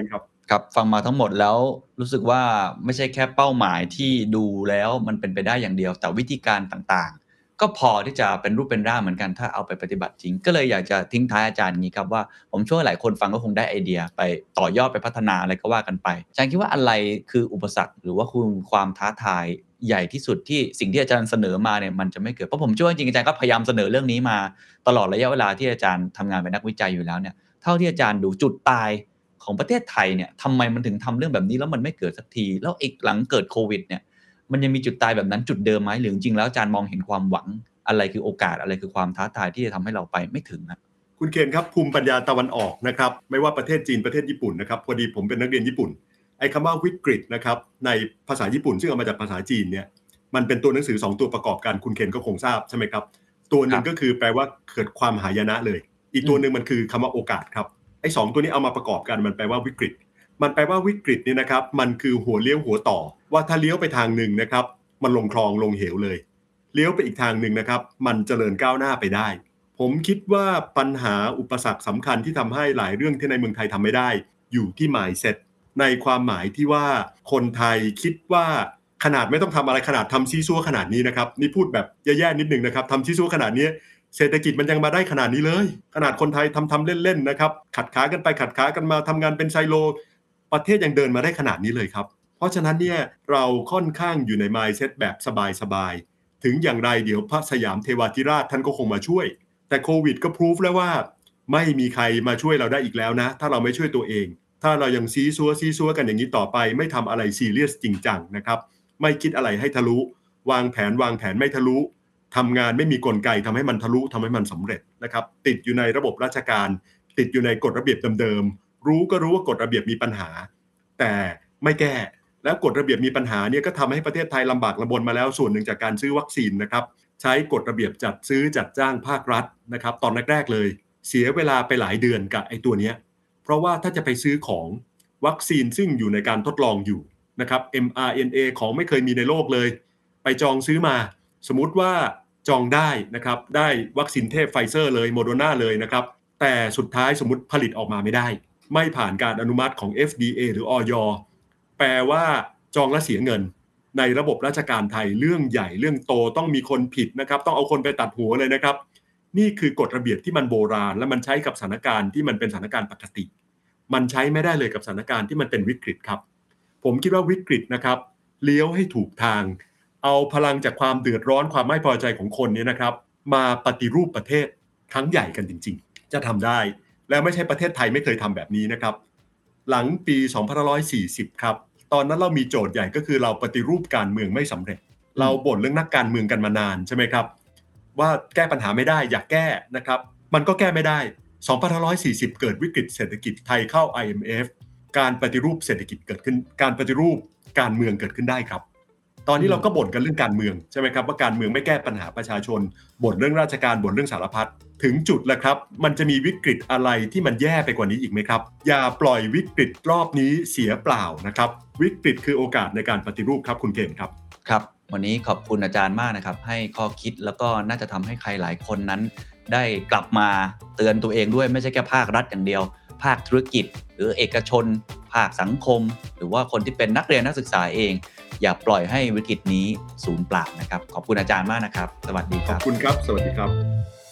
ครับฟังมาทั้งหมดแล้วรู้สึกว่าไม่ใช่แค่เป้าหมายที่ดูแล้วมันเป็นไปได้อย่างเดียวแต่วิธีการต่างๆก็พอที่จะเป็นรูปเป็นร่างเหมือนกันถ้าเอาไปปฏิบัติจริงก็เลยอยากจะทิ้งท้ายอาจารย์อย่างนี้ครับว่าผมเชื่อว่าหลายคนฟังก็คงได้ไอเดียไปต่อยอดไปพัฒนาอะไรก็ว่ากันไปอาจารย์คิดว่าอะไรคืออุปสรรคหรือว่าคือความท้าทายใหญ่ที่สุดที่สิ่งที่อาจารย์เสนอมาเนี่ยมันจะไม่เกิดเพราะผมเชื่อว่าจริงๆอาจารย์ก็พยายามเสนอเรื่องนี้มาตลอดระยะเวลาที่อาจารย์ทำงานเป็นนักวิจัยอยู่แล้วเนี่ยเท่าที่อาจารย์ดูจุดตายของประเทศไทยเนี่ยทำไมมันถึงทำเรื่องแบบนี้แล้วมันไม่เกิดสักทีแล้วอีกหลังเกิดโควิดเนี่ยมันยังมีจุดตายแบบนั้นจุดเดิมไหมหรือจริงๆแล้วอาจารย์มองเห็นความหวังอะไรคือโอกาสอะไรคือความท้าทายที่จะทำให้เราไปไม่ถึงครับคุณเคนครับภูมิปัญญาตะวันออกนะครับไม่ว่าประเทศจีนประเทศญี่ปุ่นนะครับพอดีผมเป็นนักเรียนญี่ปุ่นไอ้คำว่าวิกฤตนะครับในภาษาญี่ปุ่นซึ่งเอามาจากภาษาจีนเนี่ยมันเป็นตัวหนังสือ2ตัวประกอบกันคุณเคนก็คงทราบใช่ไหมครับตัวหนึ่งก็คือแปลว่าเกิดความหายนะเลยอีกตัวหนึ่งมันคือคำว่าโอกาสครับไอ้2ตัวนี้เอามาประกอบกันมันแปลว่าวิกฤตมันแปลว่าวิกฤตเนี่ยนะครับมันคือหัวเลี้ยวหัวต่อว่าถ้าเลี้ยวไปทางหนึ่งนะครับมันลงคลองลงเหวเลยเลี้ยวไปอีกทางหนึ่งนะครับมันเจริญก้าวหน้าไปได้ผมคิดว่าปัญหาอุปสรรคสำคัญที่ทำให้หลายเรื่องที่ในเมืองไทยทำไม่ได้อยู่ที่ mindset ในความหมายที่ว่าคนไทยคิดว่าขนาดไม่ต้องทำอะไรขนาดทำซีซัวขนาดนี้นะครับนี่พูดแบบแย่ๆนิดนึงนะครับทำซีซัวขนาดนี้เศรษฐกิจมันยังมาได้ขนาดนี้เลยขนาดคนไทยทำเล่นๆนะครับขัดขากันไปขัดขากันมาทำงานเป็นไซโลประเทศยังเดินมาได้ขนาดนี้เลยครับเพราะฉะนั้นเนี่ยเราค่อนข้างอยู่ใน mindset แบบสบายๆถึงอย่างไรเดี๋ยวพระสยามเทวาธิราชท่านก็คงมาช่วยแต่โควิดก็พิสูจแล้วว่าไม่มีใครมาช่วยเราได้อีกแล้วนะถ้าเราไม่ช่วยตัวเองถ้าเรายังซีซัวกันอย่างนี้ต่อไปไม่ทำอะไรซีเรียสจริงจังนะครับไม่คิดอะไรให้ทะลุวางแผนไม่ทะลุทำงานไม่มีกลไกทำให้มันทะลุทำให้มันสำเร็จนะครับติดอยู่ในระบบราชการติดอยู่ในกฎระเบียบเดิมๆรู้ก็รู้ว่ากฎระเบียบมีปัญหาแต่ไม่แก้แล้วกฎระเบียบมีปัญหาเนี่ยก็ทำให้ประเทศไทยลำบากลำบนมาแล้วส่วนหนึ่งจากการซื้อวัคซีนนะครับใช้กฎระเบียบจัดซื้อจัดจ้างภาครัฐนะครับตอนแรกๆเลยเสียเวลาไปหลายเดือนกับไอ้ตัวเนี้ยเพราะว่าถ้าจะไปซื้อของวัคซีนซึ่งอยู่ในการทดลองอยู่นะครับ mRNA ของไม่เคยมีในโลกเลยไปจองซื้อมาสมมุติว่าจองได้นะครับได้วัคซีนเทพไฟเซอร์เลยโมโดนาเลยนะครับแต่สุดท้ายสมมุติผลิตออกมาไม่ได้ไม่ผ่านการอนุมัติของ FDA หรือ อย.แปลว่าจองและเสียเงินในระบบราชการไทยเรื่องใหญ่เรื่องโตต้องมีคนผิดนะครับต้องเอาคนไปตัดหัวเลยนะครับนี่คือกฎระเบียบที่มันโบราณและมันใช้กับสถานการณ์ที่มันเป็นสถานการณ์ปกติมันใช้ไม่ได้เลยกับสถานการณ์ที่มันเป็นวิกฤตครับผมคิดว่าวิกฤตนะครับเลี้ยวให้ถูกทางเอาพลังจากความเดือดร้อนความไม่พอใจของคนนี้นะครับมาปฏิรูปประเทศครั้งใหญ่กันจริงๆจะทำได้แล้วไม่ใช่ประเทศไทยไม่เคยทำแบบนี้นะครับหลังปี2540ครับตอนนั้นเรามีโจทย์ใหญ่ก็คือเราปฏิรูปการเมืองไม่สำเร็จเราบ่นเรื่องนักการเมืองกันมานานใช่ไหมครับว่าแก้ปัญหาไม่ได้อยากแก้นะครับมันก็แก้ไม่ได้2540เกิดวิกฤตเศรษฐกิจไทยเข้า IMF การปฏิรูปเศรษฐกิจเกิดขึ้นการปฏิรูปการเมืองเกิดขึ้นได้ครับตอนนี้เราก็บ่นกันเรื่องการเมืองใช่ไหมครับว่าการเมืองไม่แก้ปัญหาประชาชนบ่นเรื่องราชการบ่นเรื่องสารพัดถึงจุดแล้วครับมันจะมีวิกฤตอะไรที่มันแย่ไปกว่านี้อีกไหมครับอย่าปล่อยวิกฤตรอบนี้เสียเปล่านะครับวิกฤตคือโอกาสในการปฏิรูปครับคุณเกณฑ์ครับครับวันนี้ขอบคุณอาจารย์มากนะครับให้ข้อคิดแล้วก็น่าจะทำให้ใครหลายคนนั้นได้กลับมาเตือนตัวเองด้วยไม่ใช่แค่ภาครัฐอย่างเดียวภาคธุรกิจหรือเอกชนภาคสังคมหรือว่าคนที่เป็นนักเรียนนักศึกษาเองอย่าปล่อยให้วิกฤตนี้สูญเปล่านะครับขอบคุณอาจารย์มากนะครับสวัสดีครับขอบคุณครับสวัสดีครับ